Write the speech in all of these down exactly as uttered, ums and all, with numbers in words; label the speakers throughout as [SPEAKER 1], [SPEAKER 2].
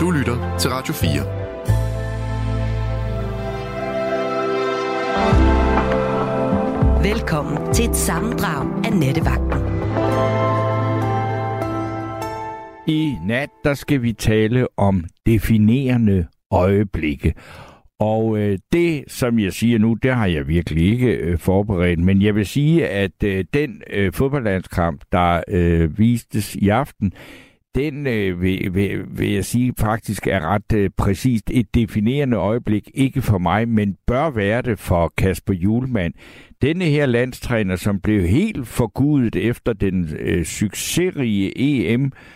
[SPEAKER 1] Du lytter til Radio fire.
[SPEAKER 2] Velkommen til et sammendrag af Nattevagten.
[SPEAKER 3] I nat, der skal vi tale om definerende øjeblikke. Og øh, det, som jeg siger nu, det har jeg virkelig ikke øh, forberedt. Men jeg vil sige, at øh, den øh, fodboldlandskamp, der øh, vistes i aften, den øh, vil, vil, vil jeg sige faktisk er ret øh, præcist et definerende øjeblik. Ikke for mig, men bør være det for Kasper Hjulmand. Denne her landstræner, som blev helt forgudet efter den øh, succesrige E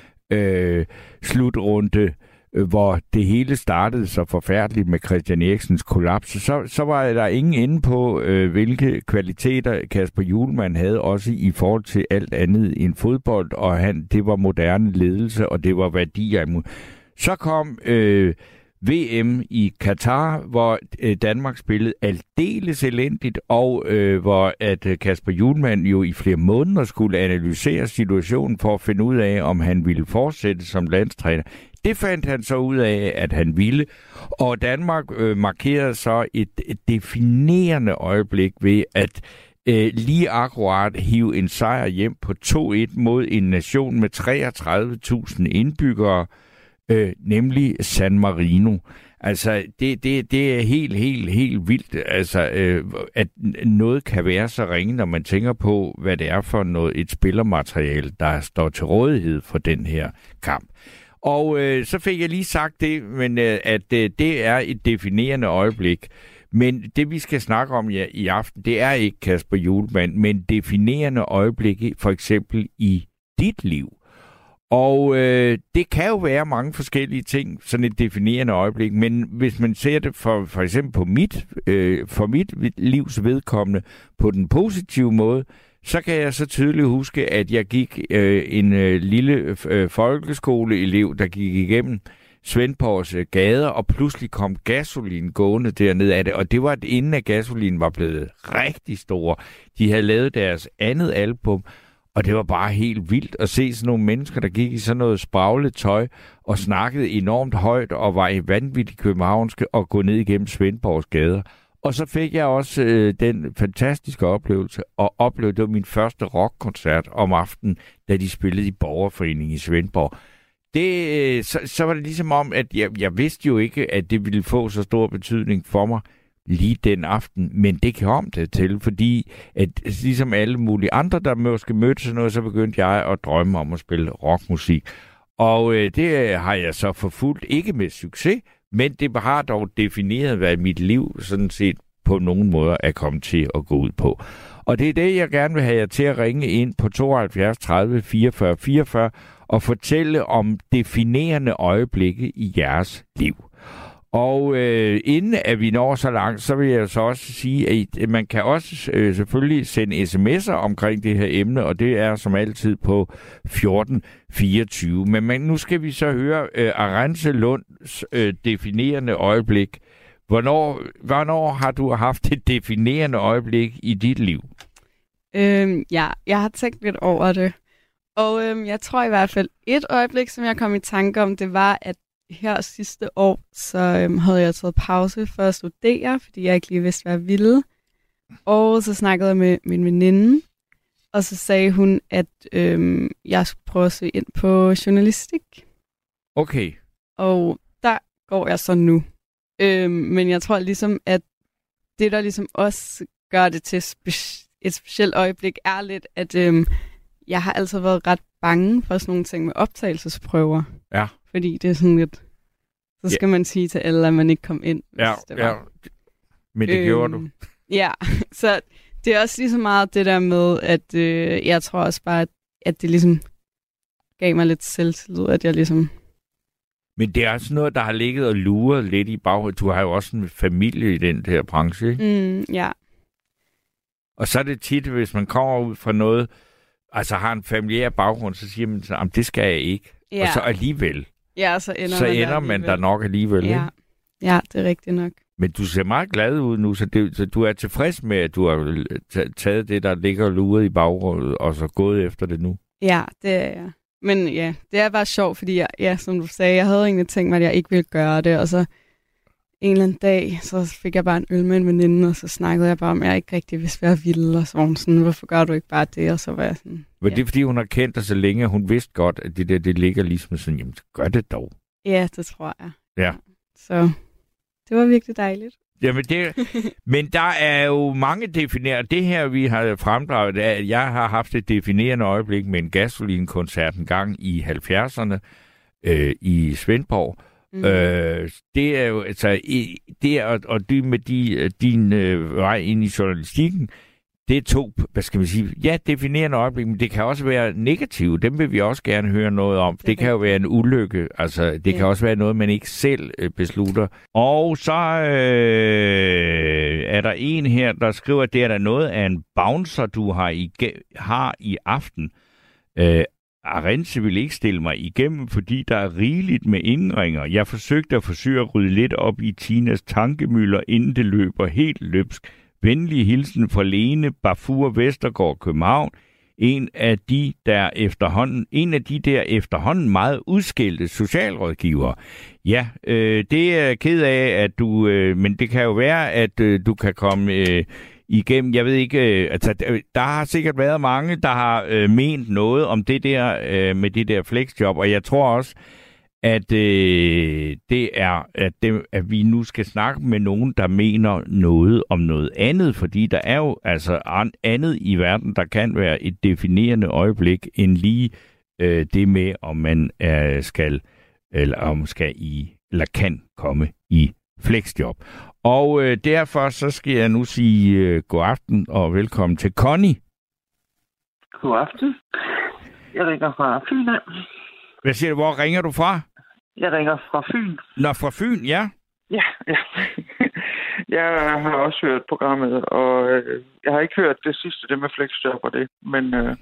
[SPEAKER 3] M-slutrunde, øh, hvor det hele startede så forfærdeligt med Christian Eriksens kollaps, så, så var der ingen inde på, øh, hvilke kvaliteter Kasper Hjulmand havde, også i forhold til alt andet end fodbold, og han, det var moderne ledelse, og det var værdier. Så kom øh, V M i Katar, hvor øh, Danmark spillede aldeles elendigt, og øh, hvor at øh, Kasper Hjulmand jo i flere måneder skulle analysere situationen for at finde ud af, om han ville fortsætte som landstræner. Det fandt han så ud af, at han ville, og Danmark øh, markerede så et, et definerende øjeblik ved at øh, lige akkurat hive en sejr hjem på to et mod en nation med treogtredive tusind indbyggere, øh, nemlig San Marino. Altså, det, det, det er helt, helt, helt vildt, altså, øh, at noget kan være så ringe, når man tænker på, hvad det er for noget, et spillermateriale, der står til rådighed for den her kamp. Og øh, så fik jeg lige sagt det, men øh, at øh, det er et definerende øjeblik. Men det, vi skal snakke om ja, i aften, det er ikke Kasper Hjulmand, men definerende øjeblikke, for eksempel i dit liv. Og øh, det kan jo være mange forskellige ting, sådan et definerende øjeblik, men hvis man ser det for, for eksempel på mit, øh, for mit livs vedkommende på den positive måde, så kan jeg så tydeligt huske, at jeg gik øh, en øh, lille øh, folkeskoleelev, der gik igennem Svendborgs øh, gader, og pludselig kom Gasolin gående dernede af det. Og det var inden, at Gasolin var blevet rigtig stor. De havde lavet deres andet album, og det var bare helt vildt at se sådan nogle mennesker, der gik i sådan noget spraglet tøj og snakkede enormt højt og var i vanvittigt københavnske og gå ned igennem Svendborgs gader. Og så fik jeg også øh, den fantastiske oplevelse, og oplevede det min første rockkoncert om aftenen, da de spillede i Borgerforeningen i Svendborg. Det, øh, så, så var det ligesom om, at jeg, jeg vidste jo ikke, at det ville få så stor betydning for mig lige den aften, men det kom det til, fordi at ligesom alle mulige andre, der måske mødte sådan noget, så begyndte jeg at drømme om at spille rockmusik. Og øh, det har jeg så forfulgt, ikke med succes, men det har dog defineret, hvad mit liv sådan set på nogen måder er kommet til at gå ud på. Og det er det, jeg gerne vil have jer til at ringe ind på tooghalvfjerds tredive fireogfyrre fireogfyrre og fortælle om definerende øjeblikke i jeres liv. Og øh, inden at vi når så langt, så vil jeg så også sige, at man kan også øh, selvfølgelig sende sms'er omkring det her emne, og det er som altid på fjorten fireogtyve. Men man, nu skal vi så høre øh, Arantxe Lunds øh, definerende øjeblik. Hvornår, hvornår har du haft et definerende øjeblik i dit liv?
[SPEAKER 4] Øhm, ja, jeg har tænkt lidt over det. Og øhm, jeg tror i hvert fald, et øjeblik, som jeg kom i tanke om, det var, at her sidste år, så øhm, havde jeg taget pause for at studere, fordi jeg ikke lige vidste, hvad jeg ville. Og så snakkede jeg med min veninde, og så sagde hun, at øhm, jeg skulle prøve at søge ind på journalistik.
[SPEAKER 3] Okay.
[SPEAKER 4] Og der går jeg så nu. Øhm, men jeg tror ligesom, at det, der ligesom også gør det til spe- et specielt øjeblik, er lidt, at øhm, jeg har altid været ret bange for sådan nogle ting med optagelsesprøver.
[SPEAKER 3] Ja.
[SPEAKER 4] Fordi det er sådan lidt, så skal ja. man sige til alle, at man ikke kom ind.
[SPEAKER 3] Ja,
[SPEAKER 4] det var.
[SPEAKER 3] ja. Men det øhm, gjorde du.
[SPEAKER 4] Ja, så det er også lige så meget det der med, at øh, jeg tror også bare, at, at det ligesom gav mig lidt selvtillid, at jeg ligesom...
[SPEAKER 3] Men det er også noget, der har ligget og luret lidt i baghovedet. Du har jo også en familie i den her branche, ikke?
[SPEAKER 4] Mm, ja.
[SPEAKER 3] Og så er det tit, hvis man kommer ud fra noget, altså har en familiær baggrund, så siger man, at det skal jeg ikke.
[SPEAKER 4] Ja.
[SPEAKER 3] Og så alligevel.
[SPEAKER 4] Ja, så ender
[SPEAKER 3] så
[SPEAKER 4] man,
[SPEAKER 3] ender
[SPEAKER 4] der,
[SPEAKER 3] man der nok alligevel.
[SPEAKER 4] Ja.
[SPEAKER 3] Ikke?
[SPEAKER 4] Ja, det er rigtigt nok.
[SPEAKER 3] Men du ser meget glad ud nu, så, det, så du er tilfreds med, at du har taget det, der ligger luret i baghovedet, og så gået efter det nu?
[SPEAKER 4] Ja, det er jeg. Men ja, det er bare sjovt, fordi jeg, ja, som du sagde, jeg havde egentlig tænkt mig, at jeg ikke ville gøre det, og så en eller anden dag, så fik jeg bare en øl med en veninde, og så snakkede jeg bare om, at jeg ikke rigtig vidste, hvad jeg ville, og så var hun sådan, hvorfor gør du ikke bare det? Og så var jeg sådan...
[SPEAKER 3] Var
[SPEAKER 4] ja.
[SPEAKER 3] det, fordi hun har kendt dig så længe, hun vidste godt, at det der, det ligger ligesom sådan, jamen, gør det dog.
[SPEAKER 4] Ja, det tror jeg.
[SPEAKER 3] Ja.
[SPEAKER 4] Så det var virkelig dejligt.
[SPEAKER 3] Jamen det, men der er jo mange definerede. Det her, vi har fremdraget, er, at jeg har haft et definerende øjeblik med en Gasolin-koncert en gang i halvfjerdserne øh, i Svendborg. Mm. Øh, det er jo, altså, det er, og det med de, din øh, vej ind i journalistikken, det er to, hvad skal man sige, ja, definerende øjeblik, men det kan også være negativt. Dem vil vi også gerne høre noget om. Det, det kan jo være en ulykke, altså det ja. kan også være noget, man ikke selv øh, beslutter. Og så øh, er der en her, der skriver, at det er der noget af en bouncer, du har i, har i aften. Øh, Arendse vil ikke stille mig igennem, fordi der er rigeligt med indringer. Jeg forsøgte at forsøge at rydde lidt op i Tinas tankemøller, inden det løber helt løbsk. Venlig hilsen fra Lene Bafur Vestergaard, København. En af de der efterhånden, en af de der efterhånden meget udskældte socialrådgivere. Ja, øh, det er jeg ked af, at du, øh, men det kan jo være, at øh, du kan komme øh, igennem. Jeg ved ikke, øh, altså der har sikkert været mange, der har øh, ment noget om det der øh, med det der flexjob, og jeg tror også, at øh, det er, at, det, at vi nu skal snakke med nogen, der mener noget om noget andet, fordi der er jo altså andet i verden, der kan være et definerende øjeblik, end lige øh, det med, om man øh, skal, eller om skal i, eller kan komme i flexjob. Og øh, derfor så skal jeg nu sige øh, god aften og velkommen til Connie.
[SPEAKER 1] God aften. Jeg ringer fra Fyn.
[SPEAKER 3] Hvad siger du? Hvor ringer du fra?
[SPEAKER 1] Jeg ringer fra Fyn.
[SPEAKER 3] Nå, fra Fyn, ja.
[SPEAKER 1] Ja, ja. Jeg har også hørt programmet, og øh, jeg har ikke hørt det sidste, det med flexjob og det, men øh,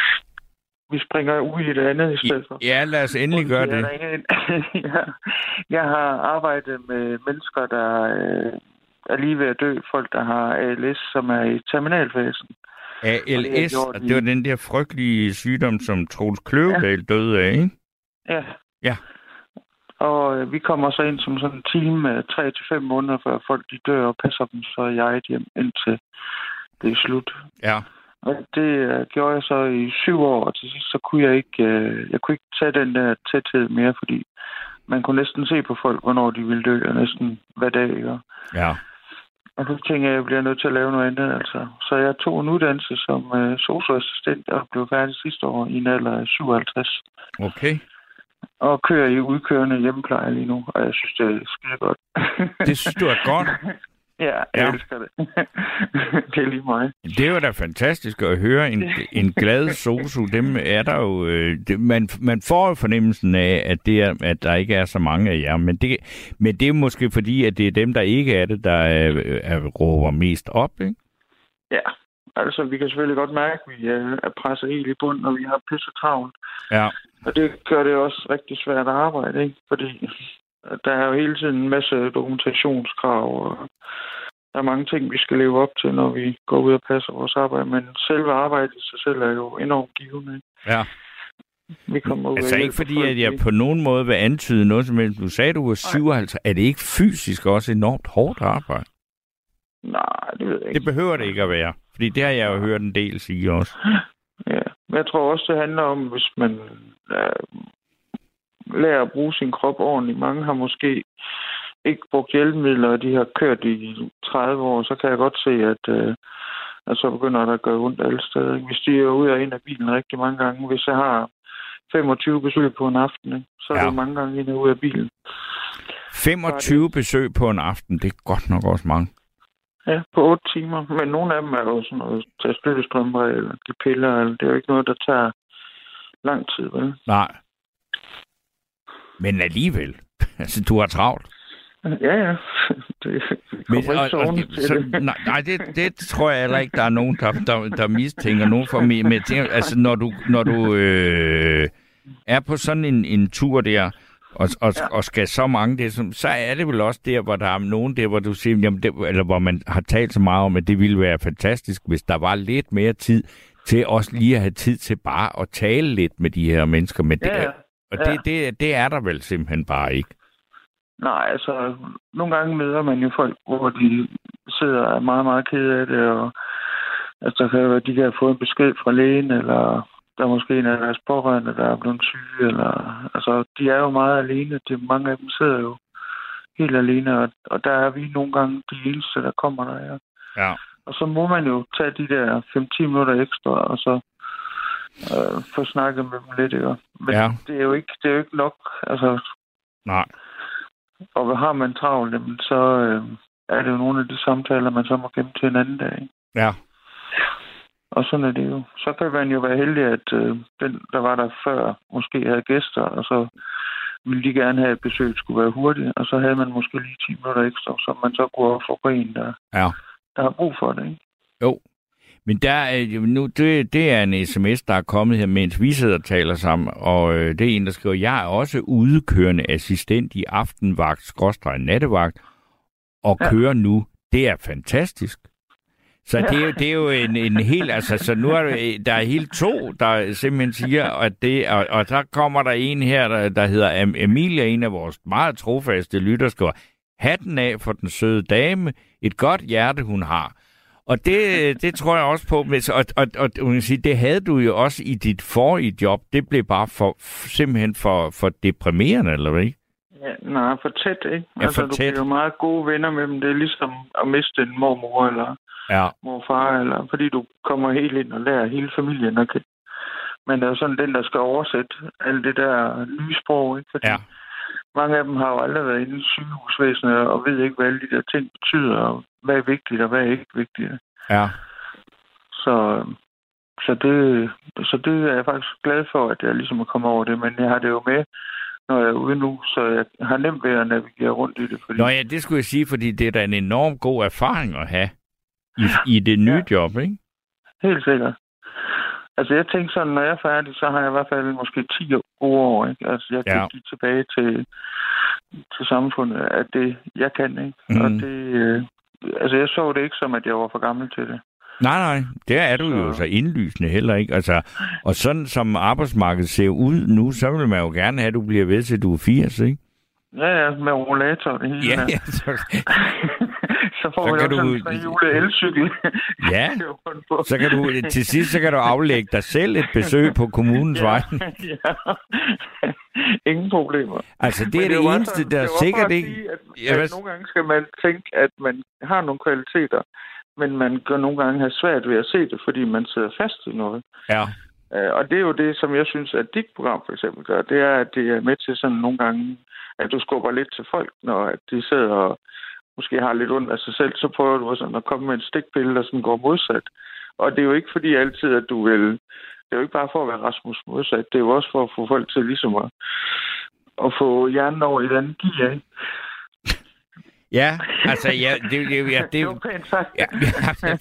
[SPEAKER 1] vi springer ud i det andet i stedet for.
[SPEAKER 3] Ja, lad os endelig gøre det.
[SPEAKER 1] ja. Jeg har arbejdet med mennesker, der øh, er lige ved at dø. Folk, der har A L S, som er i terminalfasen.
[SPEAKER 3] A L S, det, det var den der frygtelige sygdom, som Troels Kløvedal ja. døde af, ikke?
[SPEAKER 1] Ja.
[SPEAKER 3] Ja.
[SPEAKER 1] Og øh, vi kommer så ind som sådan en team med tre til fem måneder, før folk de dør, og passer dem så i eget hjem, indtil det er slut.
[SPEAKER 3] Ja.
[SPEAKER 1] Og det øh, gjorde jeg så i syv år, og til sidst så kunne jeg ikke, øh, jeg kunne ikke tage den der tæthed mere, fordi man kunne næsten se på folk, hvornår de ville dø, og næsten hver dag, ikke?
[SPEAKER 3] Ja.
[SPEAKER 1] Og så tænkte jeg, at jeg bliver nødt til at lave noget andet, altså. Så jeg tog en uddannelse som øh, sosu-assistent, og blev færdig sidste år i en alder af syvoghalvtreds.
[SPEAKER 3] Okay.
[SPEAKER 1] Og kører i udkørende hjemmepleje lige nu, og jeg synes, det er skide godt.
[SPEAKER 3] Det synes du er godt?
[SPEAKER 1] Ja, jeg ja. elsker det. Det er lige mig.
[SPEAKER 3] Det er jo da fantastisk at høre en, en glad sosu. Dem er der jo... Øh, det, man, man får jo fornemmelsen af, at, det er, at der ikke er så mange af jer. Men det, men det er måske fordi, at det er dem, der ikke er det, der er, er, råber mest op, ikke?
[SPEAKER 1] Ja, altså vi kan selvfølgelig godt mærke, at vi er presset helt i bunden, og vi har pisse travlt.
[SPEAKER 3] Ja.
[SPEAKER 1] Og det gør det også rigtig svært at arbejde, ikke? Fordi der er jo hele tiden en masse dokumentationskrav, og der er mange ting, vi skal leve op til, når vi går ud og passer vores arbejde. Men selve arbejdet i sig selv er jo enormt givende, ikke?
[SPEAKER 3] Ja.
[SPEAKER 1] Vi kommer ud
[SPEAKER 3] altså ikke fordi, at jeg på nogen måde vil antyde noget som helst. Du sagde, du var syvoghalvtreds. Er det ikke fysisk også enormt hårdt arbejde?
[SPEAKER 1] Nej, det ved jeg ikke.
[SPEAKER 3] Det behøver det ikke at være. Fordi det har jeg jo hørt en del sige også.
[SPEAKER 1] Ja, men jeg tror også, det handler om, hvis man øh, lærer at bruge sin krop ordentligt. Mange har måske ikke brugt hjælpemidler, og de har kørt i tredive år, så kan jeg godt se, at, øh, at så begynder der at gøre ondt alle steder. Hvis de er ude og ind af bilen rigtig mange gange, hvis jeg har femogtyve besøg på en aften, ikke, så er ja. det mange gange ind og ud af bilen.
[SPEAKER 3] femogtyve besøg på en aften, det er godt nok også mange.
[SPEAKER 1] Ja, på otte timer. Men nogle af dem er jo sådan noget, tage støttestrømper eller de piller, eller det er jo ikke noget, der tager lang tid, vel?
[SPEAKER 3] Nej. Men alligevel. Altså, du har travlt.
[SPEAKER 1] Ja, ja. Det
[SPEAKER 3] Men, og, og, så, nej, nej det, det tror jeg heller ikke, der er nogen, der, der, der mistænker nogen for mig. Men tænker, altså, når du, når du øh, er på sådan en, en tur der, Og, og, ja. og skal så mange det, så er det vel også der, hvor der er nogen der, hvor du siger, jamen det, eller hvor man har talt så meget om, at det ville være fantastisk, hvis der var lidt mere tid til også lige at have tid til bare at tale lidt med de her mennesker. Men det,
[SPEAKER 1] Ja, ja.
[SPEAKER 3] Og
[SPEAKER 1] Ja.
[SPEAKER 3] det, det, det er der vel simpelthen bare ikke.
[SPEAKER 1] Nej, altså, nogle gange møder man jo folk, hvor de sidder og er meget, meget kede af det, og altså, der kan være, de kan have fået en besked fra lægen, eller der er måske en af deres pårørende, der er blevet syge, eller altså, de er jo meget alene. De, mange af dem sidder jo helt alene, og, og der er vi nogle gange de eneste, der kommer der, ja.
[SPEAKER 3] Ja.
[SPEAKER 1] Og så må man jo tage de der fem til ti minutter ekstra, og så øh, få snakket med dem lidt, ikke? Men
[SPEAKER 3] Ja.
[SPEAKER 1] det er jo ikke, det er jo ikke nok, altså.
[SPEAKER 3] Nej.
[SPEAKER 1] Og hvad har man travlt, jamen, så øh, er det jo nogle af de samtaler, man så må gemme til en anden dag, ikke?
[SPEAKER 3] Ja.
[SPEAKER 1] Og sådan er det jo. Så kan man jo være heldig, at øh, den, der var der før, måske havde gæster, og så ville de gerne have, at besøget skulle være hurtigt, og så havde man måske lige ti minutter ekstra, så man så kunne få på en, der,
[SPEAKER 3] Ja.
[SPEAKER 1] der har brug for det, ikke?
[SPEAKER 3] Jo. Men der er jo nu, det, det er en sms, der er kommet her, mens vi sidder og taler sammen, og øh, det er en, der skriver, jeg er også udekørende assistent i aftenvagt, skråstreg nattevagt, og
[SPEAKER 1] Ja.
[SPEAKER 3] kører nu. Det er fantastisk. Så det er jo, det er jo en, en helt, altså, så nu er der, der er helt to, der simpelthen siger, at det, og, og så kommer der en her, der, der hedder Am- Emilia, en af vores meget trofaste lytter, skriver, hatten af for den søde dame, et godt hjerte, hun har. Og det, det tror jeg også på, og, og, og, og man kan sige, det havde du jo også i dit forrige job, det blev bare for, simpelthen for, for deprimerende, eller hvad, ikke?
[SPEAKER 1] Ja, nej, for tæt, ikke?
[SPEAKER 3] Ja,
[SPEAKER 1] altså,
[SPEAKER 3] for
[SPEAKER 1] du
[SPEAKER 3] tæt.
[SPEAKER 1] bliver jo meget gode venner med dem. Det er ligesom at miste en mormor eller
[SPEAKER 3] Ja.
[SPEAKER 1] morfar, eller fordi du kommer helt ind og lærer hele familien at kende. Men det er jo sådan den, der skal oversætte alt det der nye sprog, ikke? Fordi
[SPEAKER 3] Ja.
[SPEAKER 1] mange af dem har jo aldrig været inde i sygehusvæsenet og ved ikke, hvad alle de der ting betyder, og hvad er vigtigt og hvad er ikke vigtigt.
[SPEAKER 3] Ja.
[SPEAKER 1] Så, så, det, så det er jeg faktisk glad for, at jeg ligesom er kommet over det, men jeg har det jo med, når jeg er ude nu, så jeg har nemt ved at navigere rundt i det. Fordi...
[SPEAKER 3] Nå ja, det skulle jeg sige, fordi det er da en enorm god erfaring at have i, i det nye
[SPEAKER 1] Ja.
[SPEAKER 3] job, ikke?
[SPEAKER 1] Helt sikkert. Altså, jeg tænker sådan, når jeg er færdig, så har jeg i hvert fald måske ti gode år, ikke? Altså, jeg kan
[SPEAKER 3] Ja.
[SPEAKER 1] give tilbage til, til samfundet, at det, jeg kan, ikke?
[SPEAKER 3] Mm.
[SPEAKER 1] Og det, øh, altså, jeg så det ikke som, at jeg var for gammel til det.
[SPEAKER 3] Nej, nej, der er du så... jo så indlysende heller ikke. Altså, og sådan som arbejdsmarkedet ser ud nu, så vil man jo gerne have, at du bliver ved til, du er firs, ikke?
[SPEAKER 1] Ja, ja, med rollator og det hele.
[SPEAKER 3] Ja,
[SPEAKER 1] her.
[SPEAKER 3] ja, så...
[SPEAKER 1] så får
[SPEAKER 3] så
[SPEAKER 1] vi
[SPEAKER 3] kan
[SPEAKER 1] også
[SPEAKER 3] du-
[SPEAKER 1] en trehjulet elcykel.
[SPEAKER 3] Ja, så kan du, til sidst så kan du aflægge dig selv et besøg på kommunens
[SPEAKER 1] ja,
[SPEAKER 3] vej.
[SPEAKER 1] ja. Ingen problemer.
[SPEAKER 3] Altså, det
[SPEAKER 1] Men
[SPEAKER 3] er det,
[SPEAKER 1] jo bare
[SPEAKER 3] eneste,
[SPEAKER 1] sådan-
[SPEAKER 3] der
[SPEAKER 1] det
[SPEAKER 3] er
[SPEAKER 1] var
[SPEAKER 3] sikkert
[SPEAKER 1] for at
[SPEAKER 3] ikke...
[SPEAKER 1] sige, at,
[SPEAKER 3] Ja, hvad-
[SPEAKER 1] at nogle gange skal man tænke, at man har nogle kvaliteter, men man kan nogle gange have svært ved at se det, fordi man sidder fast i noget.
[SPEAKER 3] Ja,
[SPEAKER 1] Uh, og det er jo det, som jeg synes, at dit program for eksempel gør, det er, at det er med til sådan nogle gange, at du skubber lidt til folk, når at de sidder og måske har lidt ondt af sig selv, så prøver du sådan at komme med en stikpille, der sådan går modsat. Og det er jo ikke fordi altid, at du vil... Det er jo ikke bare for at være Rasmus modsat, det er jo også for at få folk til ligesom at, at få hjernen over i et andet gear, ikke?
[SPEAKER 3] ja, altså, ja, det, det, ja, det,
[SPEAKER 1] Det er jo pænt sagt.
[SPEAKER 3] Ja, ja.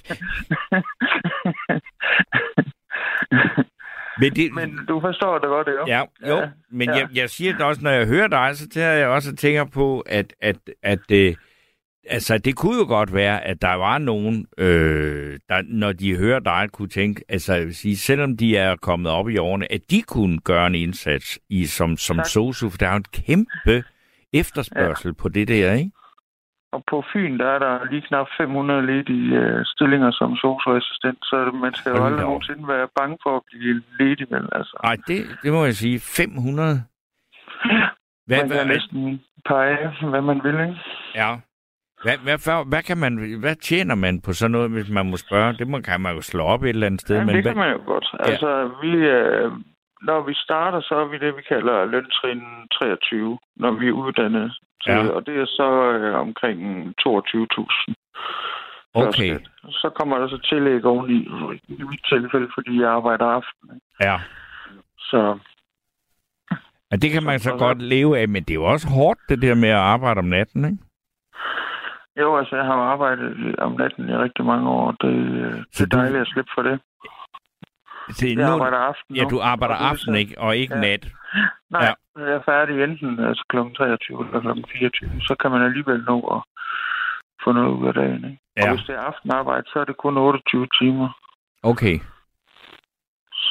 [SPEAKER 3] Men, det,
[SPEAKER 1] Men du forstår det godt, ikke?
[SPEAKER 3] ja, jo,
[SPEAKER 1] Ja,
[SPEAKER 3] men
[SPEAKER 1] ja.
[SPEAKER 3] Jeg, jeg siger det også, når jeg hører dig, så tager jeg også og tænker på, at, at, at øh, altså, det kunne jo godt være, at der var nogen, øh, der, når de hører dig, kunne tænke, altså, jeg vil sige, selvom de er kommet op i årene, at de kunne gøre en indsats i, som, som sosu, for der er jo en kæmpe efterspørgsel ja. på det der, ikke?
[SPEAKER 1] Og på Fyn, der er der lige knap fem hundrede ledige øh, stillinger som sosu-assistent, så man skal jo
[SPEAKER 3] Hold
[SPEAKER 1] aldrig
[SPEAKER 3] da op.
[SPEAKER 1] nogensinde være bange for at blive ledig, vel? Altså.
[SPEAKER 3] Nej, det, det må jeg sige. fem hundrede? Hvad,
[SPEAKER 1] Man kan
[SPEAKER 3] hvad,
[SPEAKER 1] næsten pege, hvad man vil, ikke?
[SPEAKER 3] ja. Hvad, hvad, hvad, hvad, kan man, hvad tjener man på sådan noget, hvis man må spørge? Det må, kan man jo slå op et eller andet sted.
[SPEAKER 1] Ja,
[SPEAKER 3] men
[SPEAKER 1] det
[SPEAKER 3] hvad,
[SPEAKER 1] kan man jo godt. Altså, vi, øh, når vi starter, så er vi det, vi kalder løntrin treogtyve, når vi er uddannet til,
[SPEAKER 3] Ja.
[SPEAKER 1] og det er så øh, omkring toogtyve tusind.
[SPEAKER 3] okay,
[SPEAKER 1] Så kommer der så tillæg oveni, i mit tilfælde, fordi jeg arbejder aften. Ikke?
[SPEAKER 3] ja.
[SPEAKER 1] Så
[SPEAKER 3] Og det kan man så
[SPEAKER 1] Så-
[SPEAKER 3] godt leve af, men det er jo også hårdt, det der med at arbejde om natten, ikke?
[SPEAKER 1] jo, altså, jeg har jo arbejdet om natten i rigtig mange år. Det, øh, det
[SPEAKER 3] Så
[SPEAKER 1] er
[SPEAKER 3] du-
[SPEAKER 1] dejligt at slippe for det.
[SPEAKER 3] Så
[SPEAKER 1] Jeg
[SPEAKER 3] nu,
[SPEAKER 1] arbejder aften
[SPEAKER 3] ja,
[SPEAKER 1] nu,
[SPEAKER 3] du arbejder
[SPEAKER 1] og det er
[SPEAKER 3] aften,
[SPEAKER 1] så-
[SPEAKER 3] ikke? Og ikke
[SPEAKER 1] Ja.
[SPEAKER 3] nat.
[SPEAKER 1] Nej,
[SPEAKER 3] Ja.
[SPEAKER 1] ja. jeg er færdig enten altså klokken treogtyve eller klokken fireogtyve. Så kan man alligevel nå at få noget ud af dagen. Ikke?
[SPEAKER 3] Ja.
[SPEAKER 1] Og hvis det er aftenarbejde, så er det kun otteogtyve timer.
[SPEAKER 3] Okay.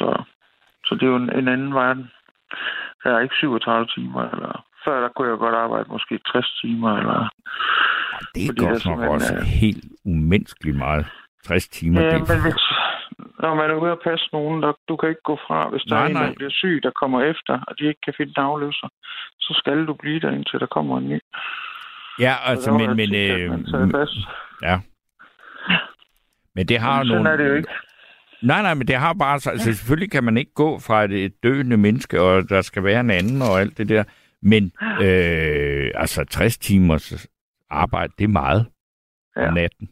[SPEAKER 1] Så, så det er jo en, en anden verden. Der er ikke syvogtredive timer, eller før der kunne jeg godt arbejde måske tres timer, eller...
[SPEAKER 3] Det er godt nok også er... helt umenneskeligt meget. tres timer.
[SPEAKER 1] Ja,
[SPEAKER 3] det...
[SPEAKER 1] men hvis, når man er ude at passe nogen, der, du kan ikke gå fra, hvis der nej, er en, der bliver syg, der kommer efter, og de ikke kan finde en afløser, så skal du blive der, indtil der kommer en ny.
[SPEAKER 3] Ja, altså, men... men øh, ja. Men det har
[SPEAKER 1] men
[SPEAKER 3] nogle...
[SPEAKER 1] sådan er det jo ikke.
[SPEAKER 3] Nej, nej, men det har bare... Altså, selvfølgelig kan man ikke gå fra et, et døende menneske, og der skal være en anden og alt det der. Men øh, altså tres timers arbejde, det er meget om ja. natten.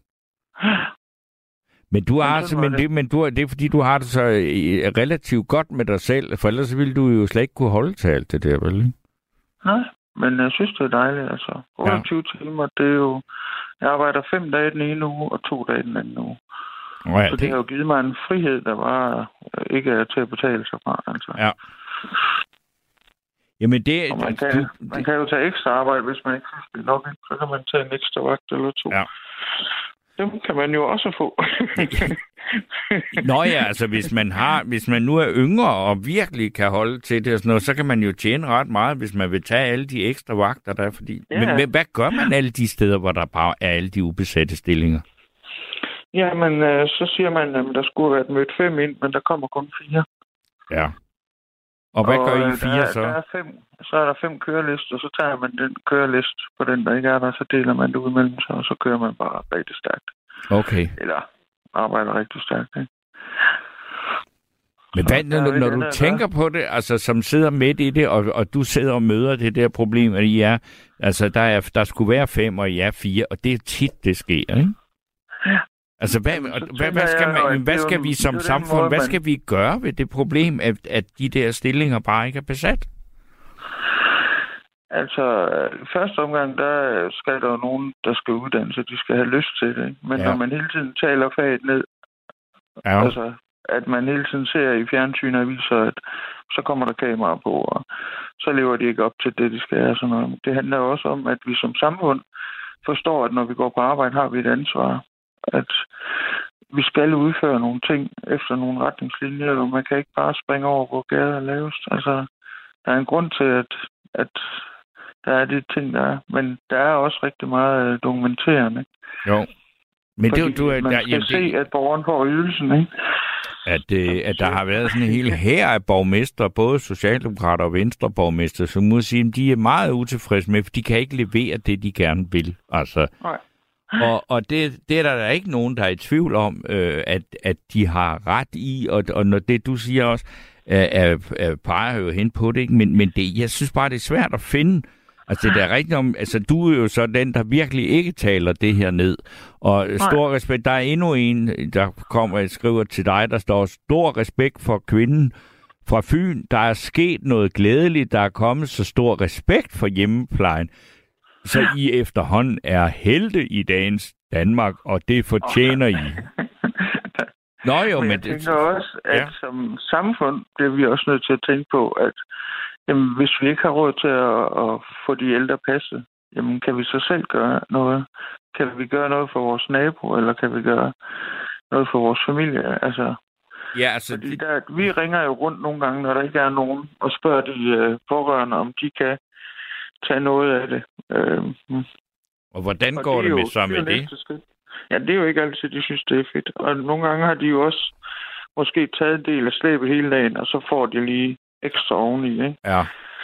[SPEAKER 3] Men du har men, men det, men du, det er fordi, du har det så relativt godt med dig selv, for ellers ville du jo slet ikke kunne holde til alt det der, vel?
[SPEAKER 1] Nej, men jeg synes, det er dejligt, altså. otteogtyve ja. timer, det er jo... Jeg arbejder fem dage den ene uge, og to dage den anden uge. Ja, så det, det har jo givet mig en frihed, der bare ikke er til at betale sig fra, altså. Ja.
[SPEAKER 3] Jamen det...
[SPEAKER 1] Man kan, du, man kan jo tage ekstra arbejde, hvis man ikke synes, det er nok. Så kan man tage en ekstra vagt eller to. Ja. Dem kan man jo også få.
[SPEAKER 3] Nå ja, altså hvis man har, hvis man nu er yngre og virkelig kan holde til det og sådan noget, så kan man jo tjene ret meget, hvis man vil tage alle de ekstra vagter der, fordi... Ja. Men hvad gør man alle de steder, hvor der bare er alle de ubesatte stillinger?
[SPEAKER 1] Jamen, øh, så siger man, at der skulle have været mødt fem ind, men der kommer kun fire.
[SPEAKER 3] Ja. Og hvad og, gør I fire
[SPEAKER 1] der,
[SPEAKER 3] så?
[SPEAKER 1] Der er fem, så er der fem kørelister, og så tager man den køreliste på den, der ikke er der, så deler man det ud mellem sig, og så kører man bare rigtig stærkt. Okay. Eller arbejder rigtig stærkt, ikke?
[SPEAKER 3] Men hvad, når, når du tænker der? på det, altså som sidder midt i det, og, og du sidder og møder det der problem, at I er, altså der, er, der skulle være fem, og I er fire, og det er tit, det sker, ikke? Ja. Altså, hvad, hvad, hvad skal, man, hvad skal vi som samfund, hvad skal vi gøre ved det problem, at, at de der stillinger bare ikke er besat?
[SPEAKER 1] Altså, første omgang, der skal der jo nogen, der skal uddanne sig, de skal have lyst til det. Men ja. når man hele tiden taler faget ned, ja. altså, at man hele tiden ser i fjernsynet og viser, at så kommer der kamera på, og så lever de ikke op til det, de skal. Sådan noget. Det handler jo også om, at vi som samfund forstår, at når vi går på arbejde, har vi et ansvar. At vi skal udføre nogle ting efter nogle retningslinjer, og man kan ikke bare springe over, hvor gader er lavest. Altså, der er en grund til, at, at der er de ting, der er. Men der er også rigtig meget dokumenterende.
[SPEAKER 3] Jo. Men det, du,
[SPEAKER 1] man
[SPEAKER 3] der,
[SPEAKER 1] skal
[SPEAKER 3] jamen,
[SPEAKER 1] se,
[SPEAKER 3] det,
[SPEAKER 1] at borgeren får ydelsen, ikke?
[SPEAKER 3] At, øh, at der har været sådan en hel hær af borgmester, både socialdemokrater og venstreborgmester, som må sige, at de er meget utilfredse med, for de kan ikke levere det, de gerne vil. Altså, nej. Og, og det, det er der, der er ikke nogen, der er i tvivl om, øh, at, at de har ret i, og, og når det, du siger også, er, er, peger jo hen på det, ikke? Men, men det, jeg synes bare, det er svært at finde. Altså, det er rigtigt om, altså, du er jo så den, der virkelig ikke taler det her ned. Og stor respekt, der er endnu en, der kommer og skriver til dig, der står, stor respekt for kvinden fra Fyn. Der er sket noget glædeligt, der er kommet så stor respekt for hjemmeplejen. Så I efterhånden er helte i dagens Danmark, og det fortjener I. Nå jo, men... Jeg
[SPEAKER 1] tænker også, at ja. som samfund bliver vi også nødt til at tænke på, at jamen, hvis vi ikke har råd til at, at få de ældre passet, jamen kan vi så selv gøre noget? Kan vi gøre noget for vores nabo, eller kan vi gøre noget for vores familie? Altså,
[SPEAKER 3] ja, altså
[SPEAKER 1] fordi der, vi ringer jo rundt nogle gange, når der ikke er nogen, og spørger de uh, pårørende, om de kan tage noget af det. Øhm,
[SPEAKER 3] og hvordan og går det, det med så med det? det?
[SPEAKER 1] Ja, det er jo ikke altid, de synes, det er fedt. Og nogle gange har de jo også måske taget en del af slæbet hele dagen, og så får de lige ekstra oveni, ikke?
[SPEAKER 3] Ja.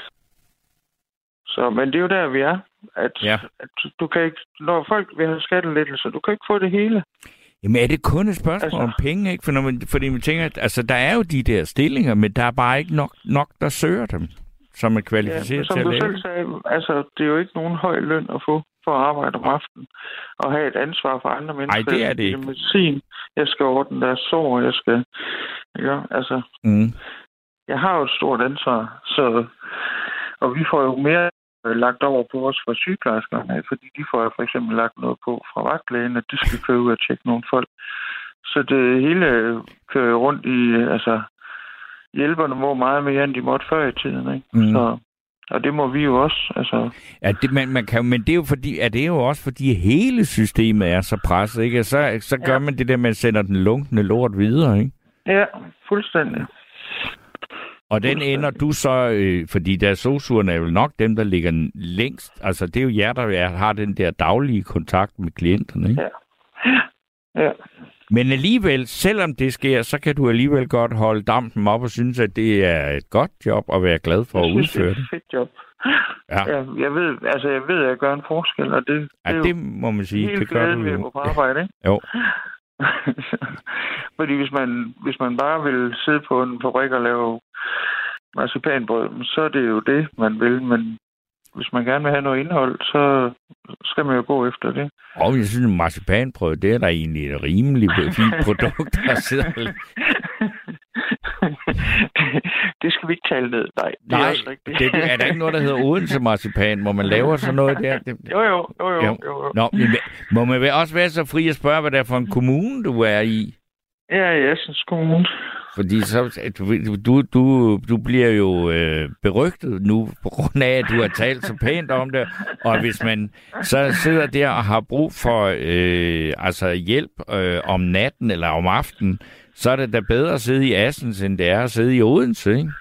[SPEAKER 1] Så, men det er jo der, vi er. At, ja. at du kan ikke, når folk vil have skattelettelser, du kan ikke få det hele.
[SPEAKER 3] Jamen er det kun et spørgsmål altså, om penge, ikke? For når man, fordi man tænker, at altså, der er jo de der stillinger, men der er bare ikke nok, nok der søger dem, som er kvalificeret ja, til at lave.
[SPEAKER 1] Som du selv sagde, altså, det er jo ikke nogen høj løn at få for at arbejde om aftenen, og have et ansvar for andre mennesker.
[SPEAKER 3] Nej, det er det ikke.
[SPEAKER 1] Medicin, jeg skal ordne deres sår, jeg skal... Ja, altså...
[SPEAKER 3] Mm.
[SPEAKER 1] Jeg har jo et stort ansvar, så... Og vi får jo mere lagt over på os fra sygeplejerskerne, fordi de får jo for eksempel lagt noget på fra vagtlægen, at de skal køre ud og tjekke nogle folk. Så det hele kører rundt i... Altså, hjælperne må meget mere, end de måtte før i tiden, ikke? Mm. Så... Og det må vi jo også, altså...
[SPEAKER 3] Ja, det, man, man kan, men det er jo fordi, at det er jo også fordi hele systemet er så presset, ikke? Så, så gør ja. man det der, man sender den lunkne lort videre, ikke?
[SPEAKER 1] Ja, fuldstændig.
[SPEAKER 3] Og den ender du så, øh, fordi der sosuerne er jo nok dem, der ligger længst. Altså, det er jo jer, der er, har den der daglige kontakt med klienterne, ikke?
[SPEAKER 1] Ja. Ja.
[SPEAKER 3] Men alligevel, selvom det sker, så kan du alligevel godt holde dampen op og synes, at det er et godt job at være glad for
[SPEAKER 1] jeg
[SPEAKER 3] at
[SPEAKER 1] synes,
[SPEAKER 3] udføre
[SPEAKER 1] det.
[SPEAKER 3] det.
[SPEAKER 1] er et fedt job.
[SPEAKER 3] Ja.
[SPEAKER 1] Ja, jeg ved, altså jeg ved, at jeg gør en forskel, og det,
[SPEAKER 3] Ja,
[SPEAKER 1] det er
[SPEAKER 3] det
[SPEAKER 1] jo
[SPEAKER 3] må man sige.
[SPEAKER 1] helt
[SPEAKER 3] Det gør du
[SPEAKER 1] glædeligt at
[SPEAKER 3] jo.
[SPEAKER 1] gå på arbejde, ikke?
[SPEAKER 3] Jo.
[SPEAKER 1] Fordi hvis man, hvis man bare vil sidde på en fabrik og lave marcipanbrød, så er det jo det, man vil. Men hvis man gerne vil have noget indhold, så skal man jo gå efter det.
[SPEAKER 3] Og jeg synes, at marcipanbrød, det er da egentlig et rimeligt fint produkt, der sidder lidt.
[SPEAKER 1] Det skal vi ikke tale ned. Nej, det
[SPEAKER 3] Nej,
[SPEAKER 1] er også rigtigt.
[SPEAKER 3] det, det, er der ikke noget, der hedder Odense marcipan, hvor man laver sådan noget der? Det,
[SPEAKER 1] Jo, jo, jo, jo.
[SPEAKER 3] jo.
[SPEAKER 1] jo, jo.
[SPEAKER 3] Nå, men må man også være så fri at spørge, hvad det er for en kommune, du er i?
[SPEAKER 1] Ja, i Assens Kommune.
[SPEAKER 3] Fordi så, du, du, du bliver jo øh, berygtet nu, på grund af, at du har talt så pænt om det. Og hvis man så sidder der og har brug for øh, altså hjælp øh, om natten eller om aftenen, så er det da bedre at sidde i Assens, end det er at sidde i Odense, ikke?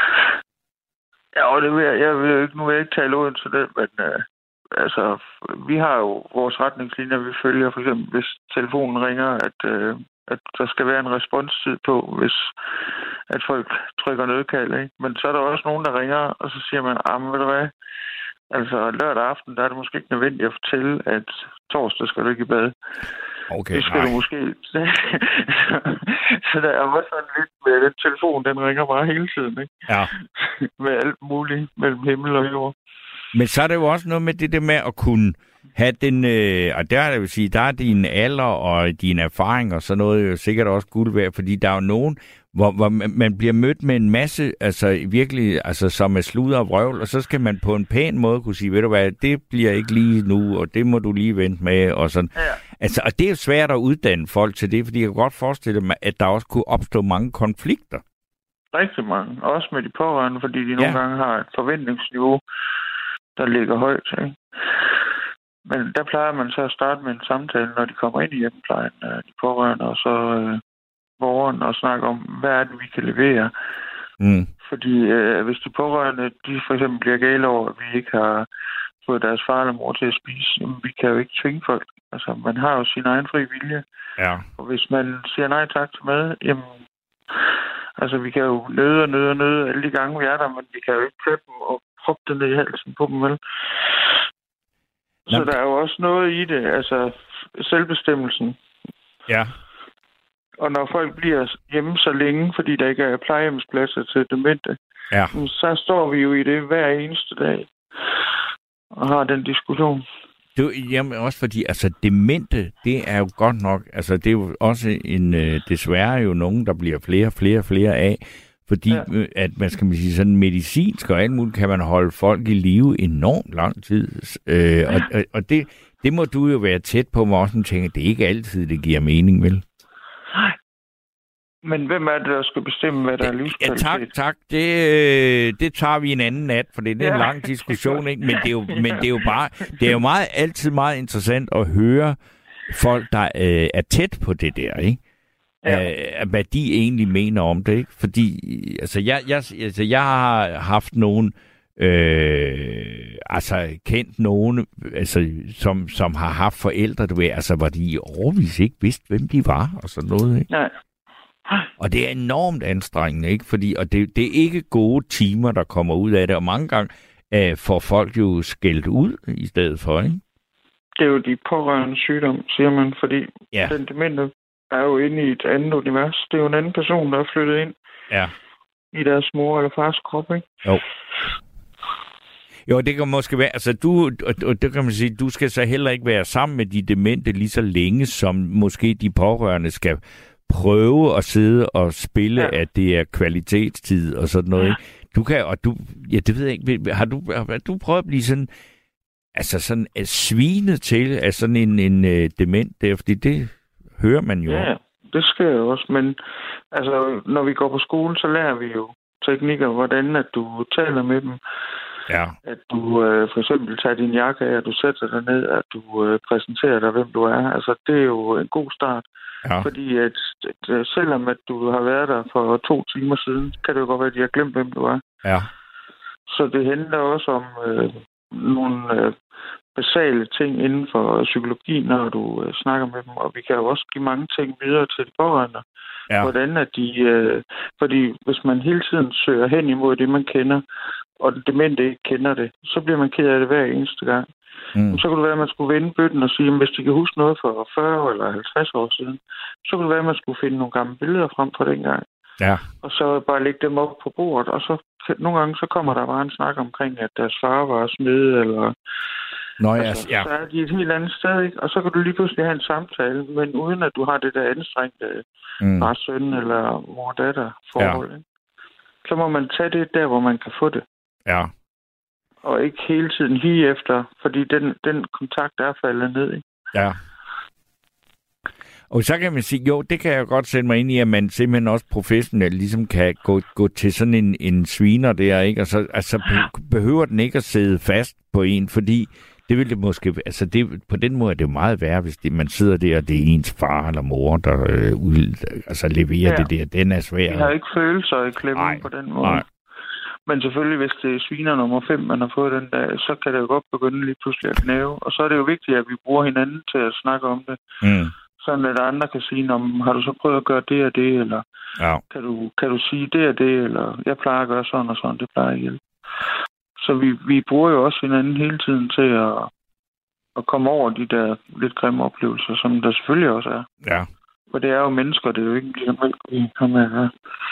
[SPEAKER 1] Ja, og det vil jeg, jeg vil jo ikke, nu vil jeg ikke tale Odense det, men øh, altså, vi har jo vores retningslinjer, vi følger. For eksempel, hvis telefonen ringer, at, øh, at der skal være en responstid på, hvis at folk trykker nødkald, ikke? Men så er der også nogen, der ringer, og så siger man, ah, men ved du hvad, altså lørdag aften, der er det måske ikke nødvendigt at fortælle, at torsdag skal du ikke i bad.
[SPEAKER 3] Okay,
[SPEAKER 1] det skal
[SPEAKER 3] nej.
[SPEAKER 1] du måske. så, så der er også sådan lidt med den telefon, den ringer bare hele tiden, ikke?
[SPEAKER 3] Ja.
[SPEAKER 1] Med alt muligt mellem himmel og jord.
[SPEAKER 3] Men så er det jo også noget med det der med at kunne have den, øh, og der er det vil sige, der er din alder og din erfaring og sådan noget jo sikkert også guld værd, fordi der er jo nogen, hvor, hvor man bliver mødt med en masse, altså virkelig, altså som er sludder og vrøvl, og så skal man på en pæn måde kunne sige, ved du hvad, det bliver ikke lige nu, og det må du lige vente med, og sådan.
[SPEAKER 1] Ja.
[SPEAKER 3] Altså, og det er jo svært at uddanne folk til det, fordi jeg kan godt forestille mig, at der også kunne opstå mange konflikter.
[SPEAKER 1] Rigtig mange. Også med de pårørende, fordi de nogle
[SPEAKER 3] Ja.
[SPEAKER 1] gange har et forventningsniveau, der ligger højt, ikke? Men der plejer man så at starte med en samtale, når de kommer ind i hjemmeplejen, de pårørende, og så øh, borgeren, og snakke om, hvad er det, vi kan levere.
[SPEAKER 3] Mm.
[SPEAKER 1] Fordi øh, hvis de pårørende, de for eksempel bliver gale over, at vi ikke har fået deres far eller mor til at spise, jamen, vi kan jo ikke tvinge folk. Altså, man har jo sin egen fri vilje.
[SPEAKER 3] Ja.
[SPEAKER 1] Og hvis man siger nej tak til mad, jamen, altså, vi kan jo nøde og nøde og nøde alle de gange, vi er der, men vi kan jo ikke klippe dem og proppe det ned i halsen på dem, vel? Så
[SPEAKER 3] Nå,
[SPEAKER 1] der er jo også noget i det, altså selvbestemmelsen.
[SPEAKER 3] Ja.
[SPEAKER 1] Og når folk bliver hjemme så længe, fordi der ikke er plejehjemspladser til demente,
[SPEAKER 3] Ja.
[SPEAKER 1] så står vi jo i det hver eneste dag og har den diskussion.
[SPEAKER 3] Du, jamen også fordi, altså demente, det er jo godt nok, altså det er jo også en, øh, desværre jo nogen, der bliver flere og flere og flere af, fordi ja. øh, at man skal man sige sådan medicinsk og alt muligt, kan man holde folk i live enormt lang tid. Øh, ja. Og, og, og det, det må du jo være tæt på, hvor også tænker, det er ikke altid, det giver mening, vel?
[SPEAKER 1] Nej. Men hvem er det, der skal bestemme, hvad der er livskvalitet?
[SPEAKER 3] Ja, tak, tak. Det, øh, det tager vi en anden nat, for det er ja. en lang diskussion, ikke? Men det er jo, men det er jo bare, det er jo meget, altid meget interessant at høre folk, der øh, er tæt på det der, ikke? Ja. Uh, hvad de egentlig mener om det, ikke? Fordi, altså, jeg, jeg, altså, jeg har haft nogen, øh, altså, kendt nogen, altså, som, som har haft forældre, du ved, altså, hvor de i årevis ikke vidste, hvem de var, og sådan noget, ikke?
[SPEAKER 1] Nej.
[SPEAKER 3] Og det er enormt anstrengende, ikke? Fordi, og det, det er ikke gode timer, der kommer ud af det, og mange gange uh, får folk jo skældt ud i stedet for, ikke?
[SPEAKER 1] Det er jo de pårørende sygdom, siger man, fordi
[SPEAKER 3] ja.
[SPEAKER 1] den demente er jo inde i et andet univers. Det er jo en anden person, der er flyttet ind
[SPEAKER 3] ja.
[SPEAKER 1] i deres mor eller fars krop, ikke?
[SPEAKER 3] Jo. Jo, det kan måske være, altså du, og det kan man sige, du skal så heller ikke være sammen med de demente lige så længe, som måske de pårørende skal prøve at sidde og spille, ja. At det er kvalitetstid og sådan noget. Ja. Du kan, og du, ja, det ved jeg ikke, har du, har du prøvet at blive sådan, altså sådan svinet til af sådan en, en uh, dement der, fordi det hører man jo.
[SPEAKER 1] Ja, det sker jo også, men altså, når vi går på skole, så lærer vi jo teknikker, hvordan at du taler med dem, Ja. At du øh, for eksempel tager din jakke af, at du sætter dig ned, at du øh, præsenterer dig, hvem du er. Altså, det er jo en god start. Ja. Fordi at, at selvom at du har været der for to timer siden, kan det jo godt være, at de har glemt, hvem du er.
[SPEAKER 3] Ja.
[SPEAKER 1] Så det handler også om øh, nogle øh, basale ting inden for psykologi, når du øh, snakker med dem. Og vi kan jo også give mange ting videre til de pårørende. Ja. Hvordan er de... Øh, fordi hvis man hele tiden søger hen imod det, man kender, og det demente ikke kender det, så bliver man ked af det hver eneste gang. Mm. Så kunne det være, at man skulle vende bøtten og sige, at hvis de kan huske noget for fyrre eller halvtreds år siden, så kunne det være, at man skulle finde nogle gamle billeder frem fra dengang.
[SPEAKER 3] Ja.
[SPEAKER 1] Og så bare lægge dem op på bordet, og så nogle gange så kommer der bare en snak omkring, at deres far var smed, eller...
[SPEAKER 3] Nå, ja,
[SPEAKER 1] altså,
[SPEAKER 3] ja.
[SPEAKER 1] Så er de et helt andet sted, ikke? Og så kan du lige pludselig have en samtale, men uden at du har det der anstrengte mm. far, søn eller mor-datter forhold. Ja. Ikke? Så må man tage det der, hvor man kan få det.
[SPEAKER 3] Ja.
[SPEAKER 1] Og ikke hele tiden lige efter, fordi den, den kontakt er faldet ned, ikke?
[SPEAKER 3] Ja. Og så kan man sige, jo, det kan jeg godt sætte mig ind i, at man simpelthen også professionelt ligesom kan gå, gå til sådan en, en sviner der, ikke? Og så altså, behøver den ikke at sidde fast på en, fordi det vil det måske, altså det, på den måde er det meget værre, hvis det, man sidder der, og det er ens far eller mor, der øh, ud, altså leverer ja. det der. Den er svær.
[SPEAKER 1] Jeg har ikke følelser i klemmen på den måde. Nej. Men selvfølgelig, hvis det er sviner nummer fem, man har fået den dag, så kan det jo godt begynde lige pludselig at knæve. Og så er det jo vigtigt, at vi bruger hinanden til at snakke om det. Mm. Sådan at andre kan sige, har du så prøvet at gøre det og det, eller ja. kan, du, kan du sige det og det, eller jeg plejer at gøre sådan og sådan, det plejer at hjælpe. Så vi, vi bruger jo også hinanden hele tiden til at, at komme over de der lidt grimme oplevelser, som der selvfølgelig også er.
[SPEAKER 3] Ja.
[SPEAKER 1] For det er jo mennesker, det er jo ikke ligesom alt, vi kommer her.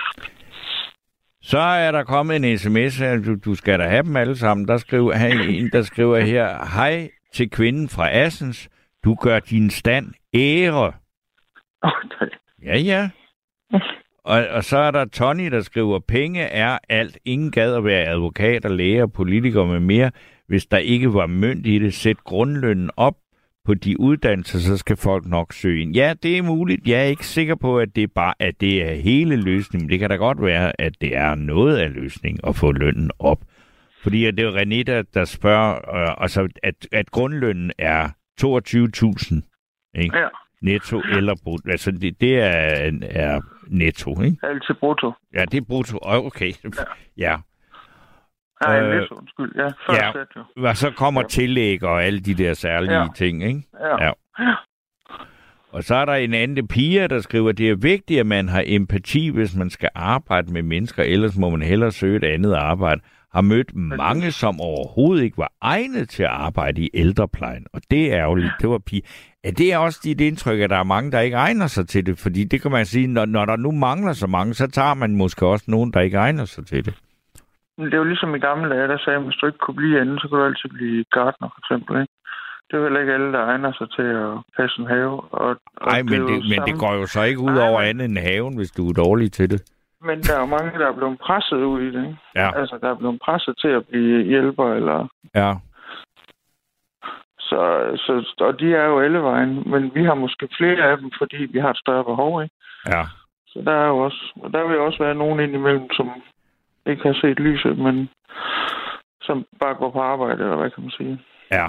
[SPEAKER 3] Så er der kommet en sms her, du, du skal da have dem alle sammen. Der skriver en, der skriver her, hej til kvinden fra Assens, du gør din stand ære.
[SPEAKER 1] Okay.
[SPEAKER 3] Ja, ja. Og, og så er der Tony, der skriver, penge er alt. Ingen gad at være advokater, læger, politikere med mere. Hvis der ikke var mønt i det, sæt grundlønnen op på de uddannelser, så skal folk nok søge ind. Ja, det er muligt. Jeg er ikke sikker på, at det er bare at det er hele løsningen. Det kan da godt være, at det er noget af løsningen at få lønnen op. Fordi det er René, der, der spørger, øh, altså, at, at grundlønnen er toogtyve tusind, ikke? Ja. Netto eller brutto. Altså, det, det er, er netto, ikke?
[SPEAKER 1] Altid brutto.
[SPEAKER 3] Ja, det er brutto. Okay. Ja. ja.
[SPEAKER 1] Nej, øh, netto, undskyld. Ja, først ja. Sæt jo.
[SPEAKER 3] Og så kommer ja. tillæg og alle de der særlige ja. ting, ikke?
[SPEAKER 1] Ja. ja.
[SPEAKER 3] Og så er der en anden Pia, der skriver, det er vigtigt, at man har empati, hvis man skal arbejde med mennesker, ellers må man hellere søge et andet arbejde. Har mødt mange, som overhovedet ikke var egnet til at arbejde i ældreplejen. Og det er jo lidt, det var Pia. Ja, det er også dit indtryk, at der er mange, der ikke egner sig til det. Fordi det kan man sige, når, når der nu mangler så mange, så tager man måske også nogen, der ikke egner sig til det.
[SPEAKER 1] Det er jo ligesom i gamle dage, der sagde, at hvis du ikke kunne blive anden, så kunne du altid blive gartner, for eksempel, ikke? Det er jo ikke alle, der egner sig til at passe en have. Nej,
[SPEAKER 3] men, det, men det går jo så ikke ud over andet end haven, hvis du er dårlig til det.
[SPEAKER 1] Men der er jo mange, der er blevet presset ud i det, ikke?
[SPEAKER 3] Ja.
[SPEAKER 1] Altså, der er blevet presset til at blive hjælper, eller...
[SPEAKER 3] Ja.
[SPEAKER 1] Så, så, og de er jo alle vejen, men vi har måske flere af dem, fordi vi har et større behov, ikke?
[SPEAKER 3] Ja.
[SPEAKER 1] Så der er jo også... Og der vil også være nogen indimellem, som ikke har set lyset, men som bare går på arbejde, eller hvad kan man sige.
[SPEAKER 3] Ja.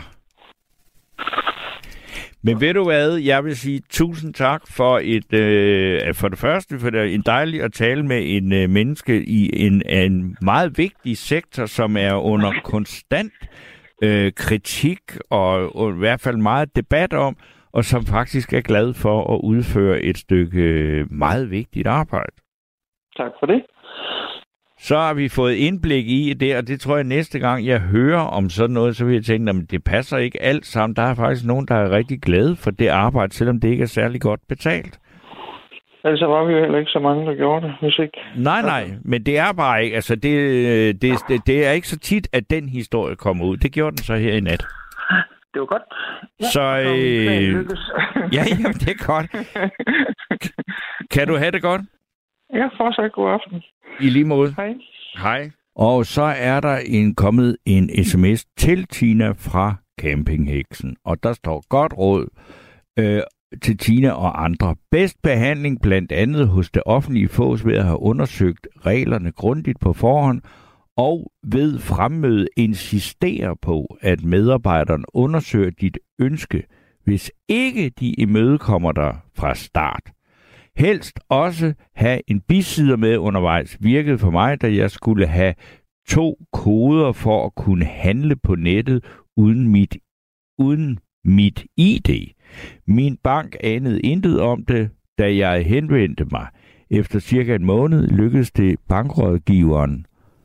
[SPEAKER 3] Men ved du hvad, jeg vil sige tusind tak for et øh, for det første, for det er en dejlig at tale med en øh, menneske i en, en meget vigtig sektor, som er under konstant øh, kritik og, og i hvert fald meget debat om, og som faktisk er glad for at udføre et stykke øh, meget vigtigt arbejde.
[SPEAKER 1] Tak for det.
[SPEAKER 3] Så har vi fået indblik i det, og det tror jeg næste gang, jeg hører om sådan noget, så vil jeg tænke, at det passer ikke alt sammen. Der er faktisk nogen, der er rigtig glade for det arbejde, selvom det ikke er særlig godt betalt.
[SPEAKER 1] Altså var vi jo heller ikke så mange, der gjorde det, hvis ikke...
[SPEAKER 3] Nej, nej, men det er bare ikke, altså det, det, det, det er ikke så tit, at den historie kommer ud. Det gjorde den så her i nat.
[SPEAKER 1] Det var godt.
[SPEAKER 3] Ja, så, øh... ja, jamen, det er godt. Kan du have det godt?
[SPEAKER 1] Ja, fortsat god aften.
[SPEAKER 3] I lige måde.
[SPEAKER 1] Hej.
[SPEAKER 3] Hej. Og så er der en, kommet en sms til Tina fra Campingheksen, og der står godt råd øh, til Tina og andre. Bedst behandling blandt andet hos det offentlige fås ved at have undersøgt reglerne grundigt på forhånd, og ved fremmøde insistere på, at medarbejderen undersøger dit ønske, hvis ikke de imødekommer dig fra start. Helst også have en bisider med undervejs virkede for mig, da jeg skulle have to koder for at kunne handle på nettet uden mit, uden mit I D. Min bank anede intet om det, da jeg henvendte mig. Efter cirka en måned lykkedes det bankrådgiveren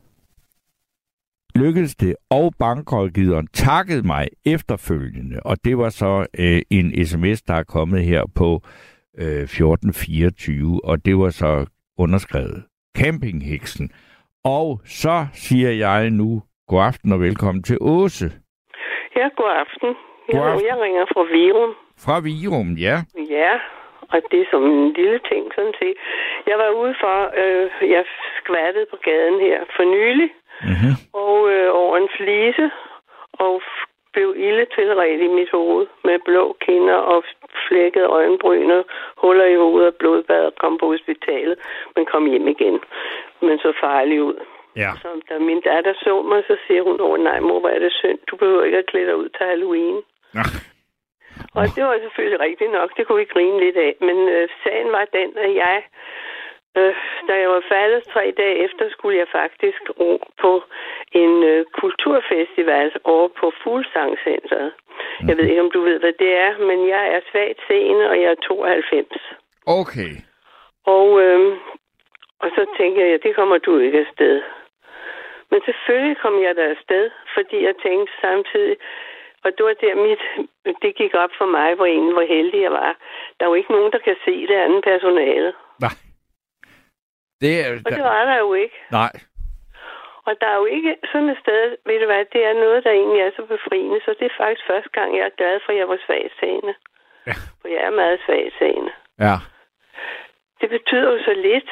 [SPEAKER 3] lykkedes det, og bankrådgiveren takkede mig efterfølgende. Og det var så øh, en sms, der er kommet her på øh, fjorten fireogtyve, og det var så underskrevet Campingheksen. Og så siger jeg nu god aften og velkommen til Åse.
[SPEAKER 5] Ja, god aften.
[SPEAKER 3] God aften.
[SPEAKER 5] Jeg ringer fra Virum.
[SPEAKER 3] Fra Virum, ja.
[SPEAKER 5] Ja, og det er som en lille ting, sådan set. Jeg var ude for, øh, jeg skvattede på gaden her for nylig, mm-hmm. og øh, over en flise, og blev ilde tilredt i mit hoved med blå kinder og flækkede øjenbryn og huller i hovedet og blodbad og kom på hospitalet, men kom hjem igen. Men så farlig ud.
[SPEAKER 3] Ja.
[SPEAKER 5] Så da min datter så mig, så siger hun, åh nej mor, hvor er det synd, du behøver ikke at klæde dig ud til Halloween. Ja. Og det var selvfølgelig rigtigt nok, det kunne vi grine lidt af, men øh, sagen var den, at jeg, øh, da jeg var faldet tre dage efter, skulle jeg faktisk på en øh, kulturfestival over på Fuglsangcentret. Mm. Jeg ved ikke, om du ved, hvad det er, men jeg er svagt seende, og jeg er tooghalvfems.
[SPEAKER 3] Okay.
[SPEAKER 5] Og, øh, og så tænkte jeg, ja, det kommer du ikke afsted. Men selvfølgelig kom jeg der afsted, fordi jeg tænkte samtidig, og det var der mit, det gik op for mig, hvor ingen, hvor heldig jeg var. Der er jo ikke nogen, der kan se det andet personale.
[SPEAKER 3] Nej. Det er,
[SPEAKER 5] og det var der jo ikke.
[SPEAKER 3] Nej.
[SPEAKER 5] Og der er jo ikke sådan et sted, ved du hvad, det er noget, der egentlig er så befriende. Så det er faktisk første gang, jeg er glad for, at jeg var svagtseende. Ja. For jeg er meget svagtseende.
[SPEAKER 3] Ja.
[SPEAKER 5] Det betyder jo så lidt,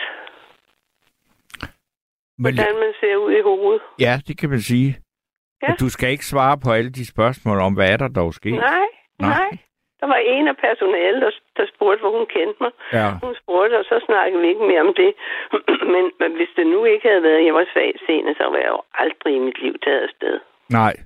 [SPEAKER 5] men hvordan man ser ud i hovedet.
[SPEAKER 3] Ja, det kan man sige. Ja. Og du skal ikke svare på alle de spørgsmål om, hvad er der dog sket?
[SPEAKER 5] Nej, nej. nej. Der var en af personalet, der, der spurgte, hvor hun kendte mig. Ja. Hun spurgte, og så snakkede vi ikke mere om det. men, men hvis det nu ikke havde været, at jeg var svagtseende, så var jeg jo aldrig i mit liv taget afsted.
[SPEAKER 3] Nej.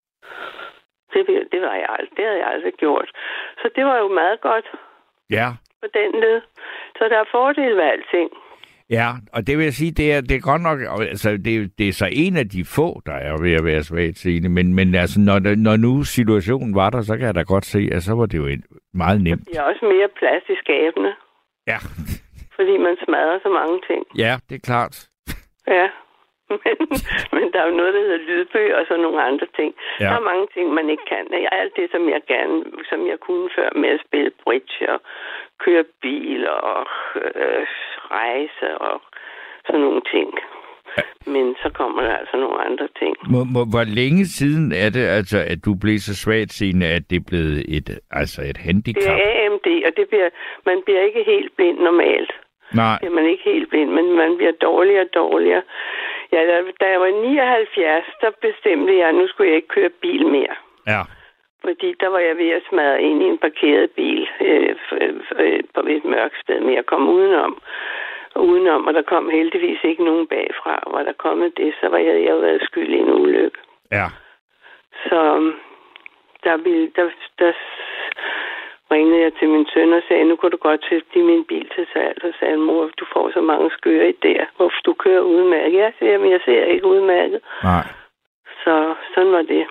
[SPEAKER 5] Det, det, var jeg aldrig, det havde jeg aldrig gjort. Så det var jo meget godt.
[SPEAKER 3] Ja.
[SPEAKER 5] På den led. Så der er fordele ved alting.
[SPEAKER 3] Ja, og det vil jeg sige, det er, det er godt nok, altså det, det er så en af de få, der er ved at være svagtseende, men, men altså, når, når nu situationen var der, så kan jeg da godt se, at så var det jo meget nemt.
[SPEAKER 5] Det er også mere plads i skabene.
[SPEAKER 3] Ja.
[SPEAKER 5] Fordi man smadrer så mange ting.
[SPEAKER 3] Ja, det er klart.
[SPEAKER 5] Ja, men, men der er jo noget, der hedder lydbøger og så nogle andre ting. Ja. Der er mange ting, man ikke kan. Alt det, som jeg gerne, som jeg kunne før med at spille bridge og køre bil og øh, rejse og sådan nogle ting. Ja. Men så kommer der altså nogle andre ting.
[SPEAKER 3] Må, må, hvor længe siden er det, altså, at du blev så svagtseende, at det er blevet et, altså et handicap?
[SPEAKER 5] Det er A M D, og det bliver, man bliver ikke helt blind normalt.
[SPEAKER 3] Nej.
[SPEAKER 5] Det er man ikke helt blind, men man bliver dårligere og dårligere. Ja, da, da jeg var nioghalvfjerds, der bestemte jeg, at nu skulle jeg ikke køre bil mere.
[SPEAKER 3] Ja.
[SPEAKER 5] Fordi der var jeg ved at smadre ind i en parkeret bil øh, øh, på et mørkt sted, men jeg kom udenom. udenom, og der kom heldigvis ikke nogen bagfra. Var der kommet det, så var jeg, jeg været skyld i en ulykke.
[SPEAKER 3] Ja.
[SPEAKER 5] Så der, ville, der, der ringede jeg til min søn og sagde, nu kunne du godt sætte min bil til salg. Og sagde, mor, du får så mange skøre idéer. Hvorfor du kører udmærket? Jeg siger, men jeg ser ikke udmærket.
[SPEAKER 3] Nej.
[SPEAKER 5] Så sådan var det.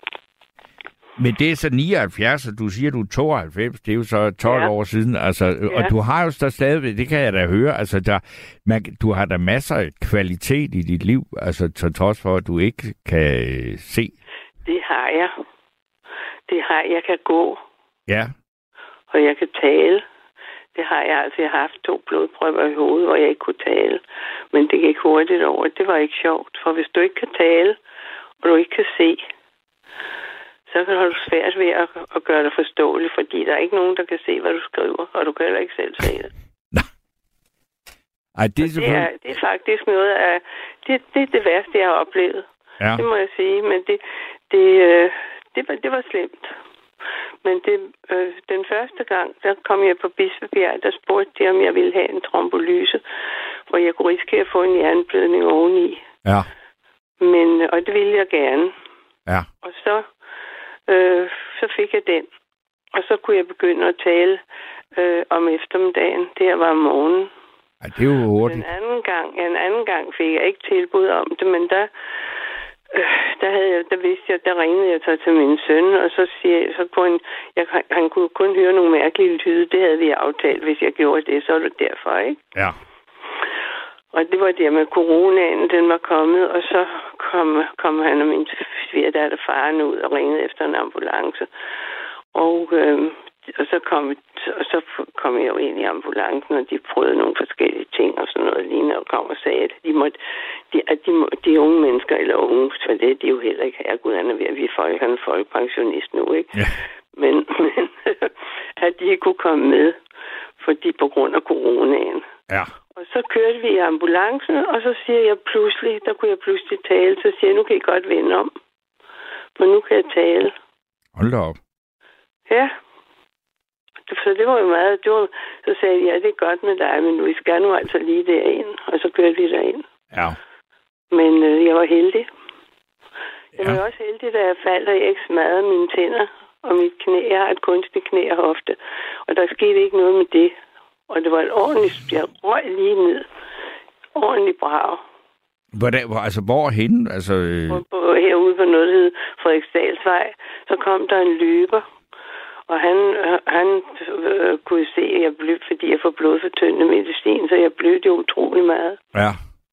[SPEAKER 3] Men det er så nioghalvfjerds, og du siger, du er tooghalvfems. Det er jo så tolv ja. år siden. Altså, ja. Og du har jo så stadigvæk, det kan jeg da høre, altså, der, man, du har da masser af kvalitet i dit liv, altså til trods for, at du ikke kan se.
[SPEAKER 5] Det har jeg. Det har jeg. Jeg kan gå.
[SPEAKER 3] Ja.
[SPEAKER 5] Og jeg kan tale. Det har jeg altså. Jeg har haft to blodprøver i hovedet, hvor jeg ikke kunne tale. Men det gik hurtigt over. Det var ikke sjovt. For hvis du ikke kan tale, og du ikke kan se, så kan du have svært ved at, at gøre det forståeligt, fordi der er ikke nogen, der kan se, hvad du skriver, og du kan heller ikke selv se det.
[SPEAKER 3] Ej, det, er
[SPEAKER 5] det, er, det er faktisk noget af... Det, det er det værste, jeg har oplevet.
[SPEAKER 3] Ja.
[SPEAKER 5] Det må jeg sige, men det, det, det, var, det var slemt. Men det, øh, den første gang, der kom jeg på Bispebjerg, der spurgte de, om jeg ville have en trombolyse, hvor jeg kunne risikere at få en hjerneblødning oveni.
[SPEAKER 3] Ja.
[SPEAKER 5] Men, og det ville jeg gerne.
[SPEAKER 3] Ja.
[SPEAKER 5] Og så, øh, så fik jeg den. Og så kunne jeg begynde at tale øh, om eftermiddagen. Det her var om morgenen.
[SPEAKER 3] Ja, det er jo hurtigt.
[SPEAKER 5] En anden gang, ja, en anden gang fik jeg ikke tilbud om det, men der, øh, der, havde jeg, der vidste jeg, der ringede jeg så til min søn, og så siger jeg, så kunne han, jeg, han kunne kun høre nogle mærkelige lyde. Det havde vi aftalt. Hvis jeg gjorde det, så var det derfor, ikke?
[SPEAKER 3] Ja.
[SPEAKER 5] Og det var det med coronaen, den var kommet, og så kom, kom han og min svigerdatter faren ud og ringede efter en ambulance. Og, øh, og så kom, og så kom jeg jo ind i ambulancen, og de prøvede nogle forskellige ting og sådan noget lignende, og kom og sagde, at de, måtte, de, at de, må, de unge mennesker, eller unge, for det er de jo heller ikke, herregud, han er ved at blive folk, han er folkepensionist nu, ikke? Ja. Men, men at de ikke kunne komme med, fordi på grund af coronaen.
[SPEAKER 3] Ja.
[SPEAKER 5] Og så kørte vi i ambulancen, og så siger jeg pludselig, der kunne jeg pludselig tale, så siger jeg, nu kan I godt vende om, for nu kan jeg tale.
[SPEAKER 3] Hold da op.
[SPEAKER 5] Ja. Så det var jo meget, det var, så sagde jeg, ja, det er godt med dig, men vi skal nu altså lige derind, og så kørte vi derind.
[SPEAKER 3] Ja.
[SPEAKER 5] Men øh, jeg var heldig. Jeg
[SPEAKER 3] Ja.
[SPEAKER 5] var også heldig, da jeg faldt, og jeg ikke smadrede mine tænder og mit knæ. Jeg har et kunstigt knæ og hofte, og der skete ikke noget med det. Og det var et ordentligt, jeg røg lige ned. Ordentligt brav.
[SPEAKER 3] Hvordan, hvor, altså, hvorhenne? Altså, øh...
[SPEAKER 5] Og på, herude på noget, der hed Frederiksdalsvej, så kom der en løber, og han, han øh, kunne se, at jeg blødte, fordi jeg får blodfortyndende medicin, så jeg blødte jo utrolig meget.
[SPEAKER 3] Ja.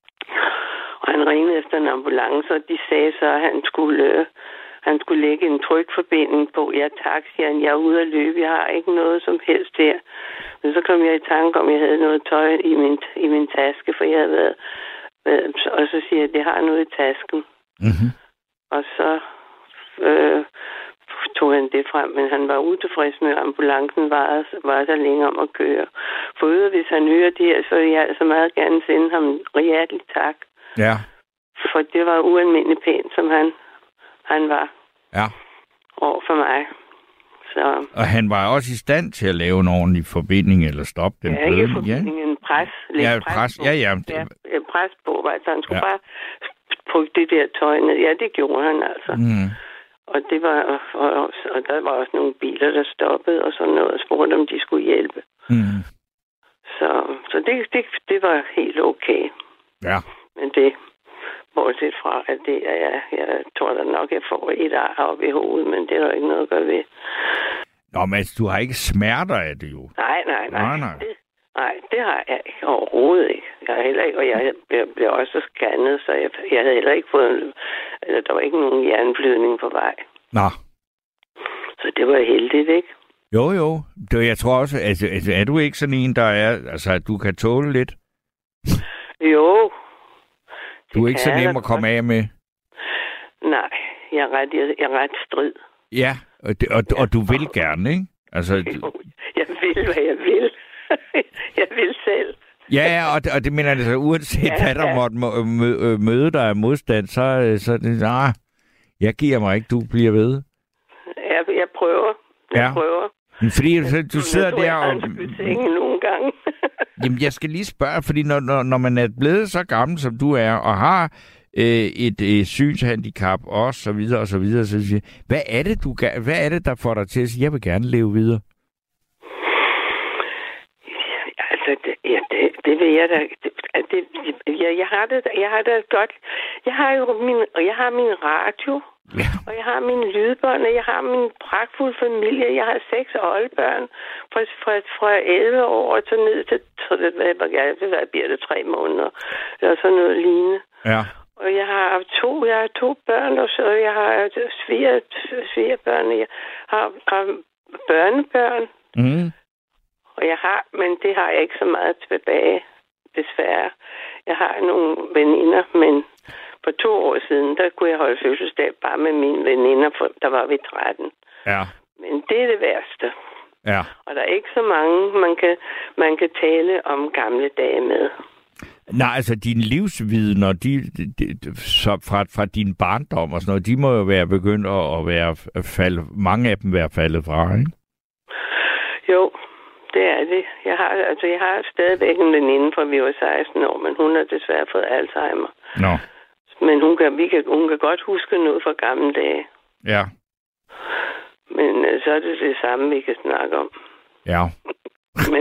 [SPEAKER 5] Og han ringede efter en ambulance, og de sagde så, at han skulle, øh, han skulle lægge en trykforbinding på. Ja, tak, siger han, jeg er ude at løbe, jeg har ikke noget som helst her. Men så kom jeg i tanke om, at jeg havde noget tøj i min, i min taske, for jeg havde været, været og så siger jeg, at det har noget i tasken.
[SPEAKER 3] Mm-hmm.
[SPEAKER 5] Og så øh, tog han det frem, men han var utilfreds med, at ambulancen var, var der længere om at køre. For øvrigt, hvis han hører det her, så vil jeg altså meget gerne sende ham en hjertelig tak.
[SPEAKER 3] Ja.
[SPEAKER 5] For det var ualmindeligt pænt, som han, han var
[SPEAKER 3] Ja.
[SPEAKER 5] over for mig. Så,
[SPEAKER 3] Og han var også i stand til at lave en ordentlig forbinding, eller stoppe den
[SPEAKER 5] ja, ikke
[SPEAKER 3] blødning,
[SPEAKER 5] forbinding, en pres.
[SPEAKER 3] Ja,
[SPEAKER 5] pres,
[SPEAKER 3] pres.
[SPEAKER 5] på.
[SPEAKER 3] Ja, ja.
[SPEAKER 5] Ja, en pres på, altså han skulle
[SPEAKER 3] Ja.
[SPEAKER 5] bare putte det der tøj ned. Ja, det gjorde han altså.
[SPEAKER 3] Mm.
[SPEAKER 5] Og det var, og, og, og der var også nogle biler, der stoppede og sådan noget, og spurgte, om de skulle hjælpe.
[SPEAKER 3] Mm.
[SPEAKER 5] Så, så det, det, det var helt okay.
[SPEAKER 3] Ja.
[SPEAKER 5] Men det, bortset fra, at det er, jeg, jeg tror da nok, jeg får et ar op i hovedet, men det er der ikke noget at gøre ved.
[SPEAKER 3] Nå, men du har ikke smerter af det jo.
[SPEAKER 5] Nej, nej, nej.
[SPEAKER 3] Nej, nej.
[SPEAKER 5] Det, nej, det har jeg ikke. Overhovedet ikke. Jeg har heller ikke, og jeg blev, blev også scannet, så jeg, jeg havde heller ikke fået, eller der var ikke nogen hjerneblødning på vej.
[SPEAKER 3] Nå.
[SPEAKER 5] Så det var heldigt, ikke?
[SPEAKER 3] Jo, jo. Det, jeg tror også, altså, altså, er du ikke sådan en, der er, altså, at du kan tåle lidt?
[SPEAKER 5] Jo.
[SPEAKER 3] Du er ikke så nem at komme af med?
[SPEAKER 5] Nej, jeg er ret, jeg, jeg er ret strid.
[SPEAKER 3] Ja, og, det, og, ja. og du vil gerne, ikke? Altså,
[SPEAKER 5] jo, jeg vil, hvad jeg vil. Jeg vil selv.
[SPEAKER 3] Ja, ja, og det, og det mener jeg, så uanset ja, hvad der ja. måtte mø- møde dig af modstand, så, så det, nej, jeg giver mig ikke, du bliver ved.
[SPEAKER 5] Jeg, jeg prøver. Jeg
[SPEAKER 3] ja.
[SPEAKER 5] prøver.
[SPEAKER 3] Men fordi så, du sidder
[SPEAKER 5] jeg
[SPEAKER 3] der og...
[SPEAKER 5] nogle gange.
[SPEAKER 3] Jamen, jeg skal lige spørge, fordi når, når, når man er blevet så gammel, som du er, og har øh, et øh, synshandicap, og så videre, og så videre, så siger, hvad er det, du hvad er det, der får dig til at sige, jeg vil gerne leve videre?
[SPEAKER 5] Altså, det, ja, det, det vil jeg da... Det, det, jeg, jeg, har det, jeg har det godt. Jeg har jo min, og jeg har min radio, ja. Og jeg har mine lydbånd, og jeg har min pragtfulde familie. Jeg har seks oldebørn fra, fra, fra elleve år til ned til, så det, hvad, hvad, hvad bliver det, tre måneder, eller sådan noget lignende.
[SPEAKER 3] Ja.
[SPEAKER 5] Og jeg har to, jeg har to børn, og så jeg har fire, fire børn, og jeg har, har børnebørn.
[SPEAKER 3] Mm.
[SPEAKER 5] Og jeg har, men det har jeg ikke så meget tilbage, desværre. Jeg har nogle veninder, men for to år siden, der kunne jeg holde fødselsdag bare med mine veninder, for der var vi tretten.
[SPEAKER 3] Ja.
[SPEAKER 5] Men det er det værste.
[SPEAKER 3] Ja.
[SPEAKER 5] Og der er ikke så mange, man kan, man kan tale om gamle dage med.
[SPEAKER 3] Nej, altså dine livsvidner, de, de, de, så fra, fra din barndom og sådan noget, de må jo være begyndt at, at være falde, mange af dem være faldet fra, ikke?
[SPEAKER 5] Jo, det er det. Jeg har, altså, jeg har stadigvæk en veninde fra vi var seksten år, men hun har desværre fået Alzheimer.
[SPEAKER 3] Nå.
[SPEAKER 5] Men hun kan, vi kan, hun kan godt huske noget fra gamle dage.
[SPEAKER 3] Ja.
[SPEAKER 5] Men øh, så er det det samme, vi kan snakke om.
[SPEAKER 3] Ja.
[SPEAKER 5] men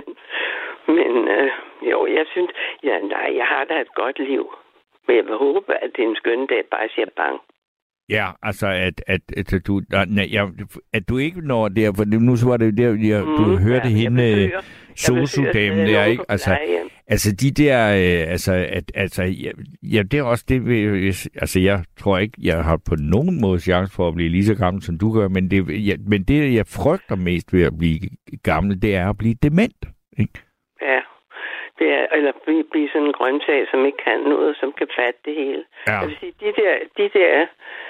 [SPEAKER 5] men øh, jo, jeg synes, ja, nej, jeg har da et godt liv. Men jeg vil håbe, at det er en skøn dag, bare siger bang.
[SPEAKER 3] Ja, altså, at, at, at, du, nej, ja, at du ikke når der, for nu så var det der, jeg, mm, du hørte ja, hende, sosu-damen der, ikke? Altså, altså de der, øh, altså, at, altså, ja, ja, det er også det, altså, jeg tror ikke, jeg har på nogen måde chance for at blive lige så gammel, som du gør, men det, ja, men det, jeg frygter mest ved at blive gammel, det er at blive dement, ikke?
[SPEAKER 5] Ja. Det er, eller blive, blive sådan en grøntsag, som ikke kan noget, som kan fatte det hele. Ja. Jeg vil sige, de der, de der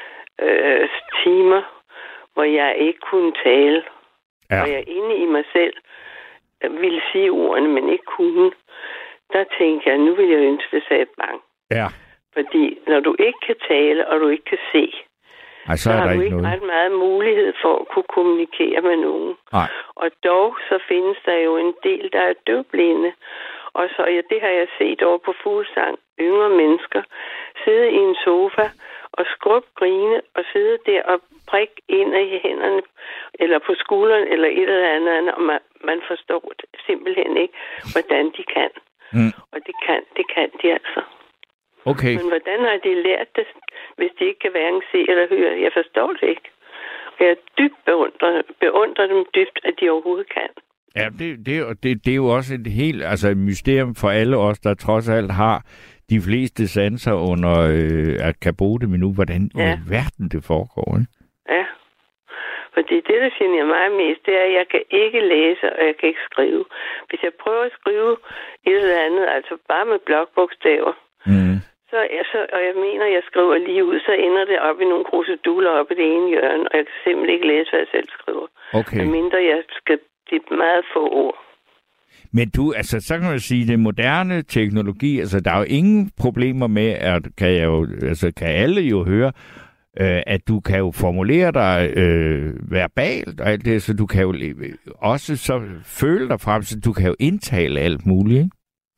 [SPEAKER 5] øh, timer, hvor jeg ikke kunne tale, ja. Og jeg inde i mig selv ville sige ordene, men ikke kunne, der tænkte jeg, nu vil jeg ønske, det sagde bang.
[SPEAKER 3] Ja.
[SPEAKER 5] Fordi når du ikke kan tale, og du ikke kan se,
[SPEAKER 3] Ej, så, så
[SPEAKER 5] har
[SPEAKER 3] du
[SPEAKER 5] ikke
[SPEAKER 3] noget.
[SPEAKER 5] ret meget mulighed for at kunne kommunikere med nogen.
[SPEAKER 3] Nej.
[SPEAKER 5] Og dog så findes der jo en del, der er døvblinde. Og så, ja, det har jeg set over på Fuglsang. Yngre mennesker sidde i en sofa og skrub grine og sidde der og prikke ind i hænderne eller på skulderen eller et eller andet, og man, man forstår simpelthen ikke, hvordan de kan. Mm. Og det kan, det kan de altså.
[SPEAKER 3] Okay.
[SPEAKER 5] Men hvordan har de lært det, hvis de ikke kan hverken se eller høre? Jeg forstår det ikke. Og jeg er dybt beundret, beundrer dem dybt, at de overhovedet kan.
[SPEAKER 3] Ja, det, det, det, det er jo også et helt altså et mysterium for alle os, der trods alt har de fleste sanser under øh, at kan bruge dem nu, hvordan ja. i verden det foregår. Ikke?
[SPEAKER 5] Ja, fordi det, der generer mig mest, det er, at jeg kan ikke læse, og jeg kan ikke skrive. Hvis jeg prøver at skrive et eller andet, altså bare med blokbogstaver, mm. så, så, og jeg mener, at jeg skriver lige ud, så ender det op i nogle kruseduller op i det ene hjørne, og jeg kan simpelthen ikke læse, hvad jeg selv skriver.
[SPEAKER 3] Okay.
[SPEAKER 5] Medmindre jeg skal det er meget få ord.
[SPEAKER 3] Men du, altså, så kan man sige, det moderne teknologi, altså, der er jo ingen problemer med, at kan, jeg jo, altså, kan alle jo høre, øh, at du kan jo formulere dig øh, verbalt og alt det, så du kan jo også så føle dig frem, så du kan jo indtale alt muligt, ikke?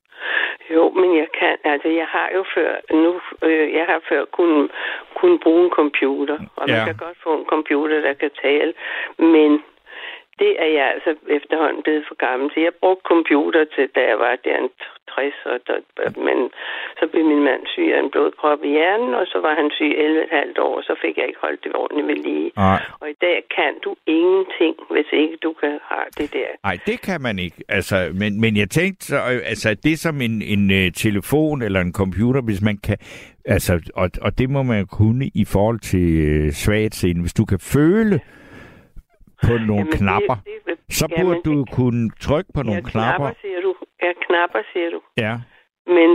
[SPEAKER 5] Jo, men jeg kan, altså, jeg har jo før, nu, øh, jeg har før kunnet, kunnet bruge en computer, og ja. Man kan godt få en computer, der kan tale, men det er jeg altså efterhånden blevet for gammel til. Jeg brugte computer til, da jeg var der en tres, og der, men så blev min mand syg af en blodprop i hjernen, og så var han syg elleve komma fem år, og så fik jeg ikke holdt det ordentligt ved lige. Ej. Og i dag kan du ingenting, hvis ikke du kan have det der.
[SPEAKER 3] Nej, det kan man ikke. Altså, men, men jeg tænkte, så, altså, det er som en, en uh, telefon eller en computer, hvis man kan, altså, og, og det må man kunne i forhold til uh, svagtseende, hvis du kan føle på nogle jamen, knapper, det, det, så burde jamen, du det, kunne trykke på nogle
[SPEAKER 5] ja,
[SPEAKER 3] knapper.
[SPEAKER 5] knapper siger du. Ja, knapper, siger du.
[SPEAKER 3] Ja.
[SPEAKER 5] Men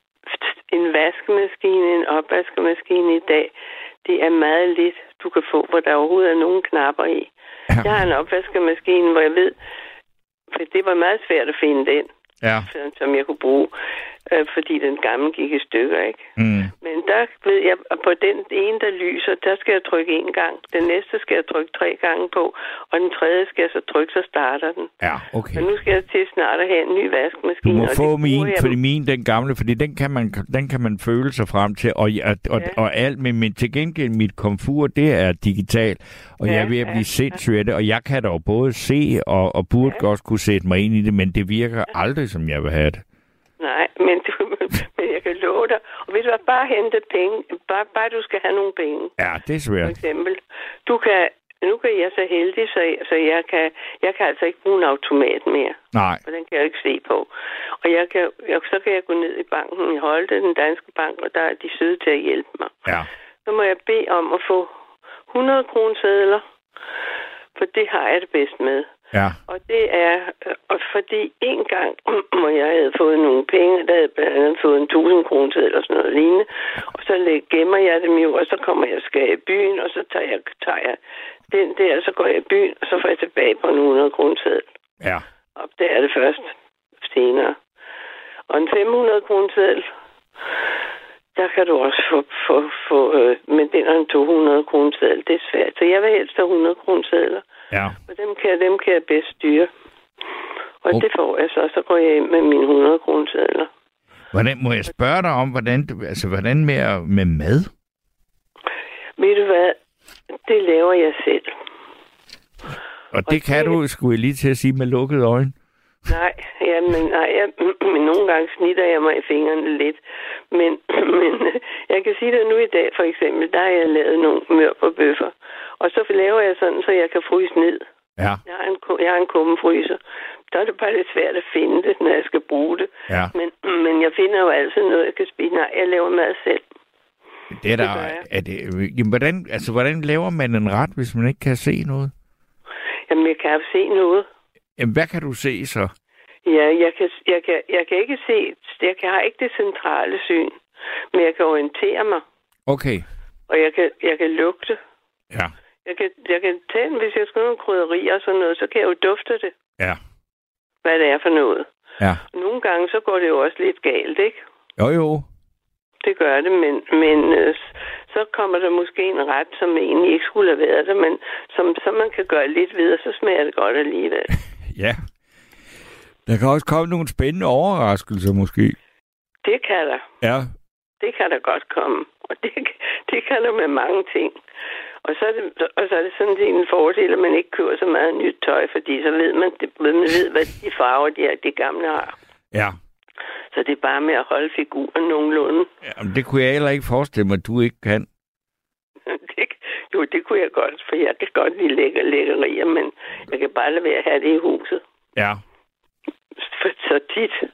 [SPEAKER 5] en vaskemaskine, en opvaskemaskine i dag, det er meget lidt, du kan få, hvor der overhovedet er nogen knapper i. Ja. Jeg har en opvaskemaskine, hvor jeg ved, for det var meget svært at finde den,
[SPEAKER 3] ja.
[SPEAKER 5] som jeg kunne bruge, øh, fordi den gamle gik i stykker, ikke? Mm. Men der ved jeg, at på den ene, der lyser, der skal jeg trykke en gang. Den næste skal jeg trykke tre gange på, og den tredje skal jeg så trykke, så starter den.
[SPEAKER 3] Ja, okay.
[SPEAKER 5] Og nu skal jeg til snart at have en ny vaskemaskine.
[SPEAKER 3] Du må få min,
[SPEAKER 5] jeg...
[SPEAKER 3] fordi min, den gamle, fordi den kan man, den kan man føle sig frem til, og, og, og, ja. og alt, men, men til gengæld mit komfur, det er digital, og ja, jeg er ved at blive ja, sindssyg af det, og jeg kan dog både se, og, og burde ja. også kunne sætte mig ind i det, men det virker ja. aldrig, som jeg vil have det.
[SPEAKER 5] Nej, men, du, men jeg kan love dig. Og hvis du bare hente penge, bare, bare du skal have nogle penge.
[SPEAKER 3] Ja, det er svært.
[SPEAKER 5] For eksempel. Du kan, nu kan jeg så heldig, så, så jeg, kan, jeg kan altså ikke bruge en automat mere.
[SPEAKER 3] Nej.
[SPEAKER 5] For den kan jeg ikke se på. Og jeg kan, jeg, så kan jeg gå ned i banken i Holte, den danske bank, og der er de søde til at hjælpe mig.
[SPEAKER 3] Ja. Så må
[SPEAKER 5] jeg bede om at få hundrede kronesedler, for det har jeg det bedst med.
[SPEAKER 3] Ja.
[SPEAKER 5] Og det er, og fordi en gang, hvor jeg havde fået nogle penge, der havde blandt andet fået en tusind kroner eller sådan noget lignende, og så gemmer jeg dem jo, og så kommer jeg skal i byen, og så tager jeg, tager jeg den der, så går jeg i byen, og så får jeg tilbage på en hundrede kroner seddel.
[SPEAKER 3] Ja.
[SPEAKER 5] Og det er det først senere. Og en fem hundrede kroner seddel, der kan du også få, få, få øh, men den er en to hundrede kroner seddel, det er svært. Så jeg vil helst have hundrede kroner sedler.
[SPEAKER 3] Ja.
[SPEAKER 5] Og dem kan, dem kan jeg bedst styre. Og
[SPEAKER 3] okay.
[SPEAKER 5] det får jeg så. Så går jeg ind med mine hundrede kroner sedler.
[SPEAKER 3] Hvordan, må jeg spørge dig om, hvordan, altså, hvordan med, med mad?
[SPEAKER 5] Ved du hvad? Det laver jeg selv.
[SPEAKER 3] Og det og kan det... du, skulle jeg lige til at sige, med lukkede øjne?
[SPEAKER 5] Nej, jamen, nej jeg, men nogle gange snitter jeg mig i fingrene lidt. Men, men jeg kan sige det nu i dag, for eksempel, der har jeg lavet nogle mør på bøffer. Og så laver jeg sådan, så jeg kan fryse ned.
[SPEAKER 3] Ja.
[SPEAKER 5] Jeg har en, jeg har en kummefryser. Der er det bare lidt svært at finde det, når jeg skal bruge det.
[SPEAKER 3] Ja.
[SPEAKER 5] Men, men jeg finder jo altid noget, jeg kan spise. Nej, jeg laver mad selv.
[SPEAKER 3] Det er der, det er det, jamen, hvordan, altså, hvordan laver man en ret, hvis man ikke kan se noget?
[SPEAKER 5] Jamen, jeg kan jo se noget.
[SPEAKER 3] Jamen, hvad kan du se så?
[SPEAKER 5] Ja, jeg kan, jeg kan, jeg kan ikke se, jeg kan, har ikke det centrale syn, men jeg kan orientere mig.
[SPEAKER 3] Okay.
[SPEAKER 5] Og jeg kan, jeg kan lugte.
[SPEAKER 3] Ja.
[SPEAKER 5] Jeg kan, jeg kan tage, hvis jeg skal have nogle krydderier og sådan noget, så kan jeg jo dufte det.
[SPEAKER 3] Ja.
[SPEAKER 5] Hvad det er for noget.
[SPEAKER 3] Ja.
[SPEAKER 5] Og nogle gange, så går det jo også lidt galt, ikke?
[SPEAKER 3] Jo, jo.
[SPEAKER 5] Det gør det, men, men øh, så kommer der måske en ret, som egentlig ikke skulle have været der, men som, som man kan gøre lidt ved, og så smager det godt alligevel.
[SPEAKER 3] Ja. Der kan også komme nogle spændende overraskelser, måske.
[SPEAKER 5] Det kan der.
[SPEAKER 3] Ja.
[SPEAKER 5] Det kan der godt komme. Og det, det kan der med mange ting. Og så, er det, og så er det sådan set en fordel, at man ikke køber så meget nyt tøj, fordi så ved man, det, man ved, hvad de farver, de, er, de gamle har.
[SPEAKER 3] Ja.
[SPEAKER 5] Så det er bare med at holde figuren nogenlunde.
[SPEAKER 3] Ja, men det kunne jeg heller ikke forestille mig, at du ikke kan.
[SPEAKER 5] det, jo, det kunne jeg godt, for jeg kan godt lide lækker lækkerier, men jeg kan bare lade være at have det i huset.
[SPEAKER 3] Ja.
[SPEAKER 5] For så tit.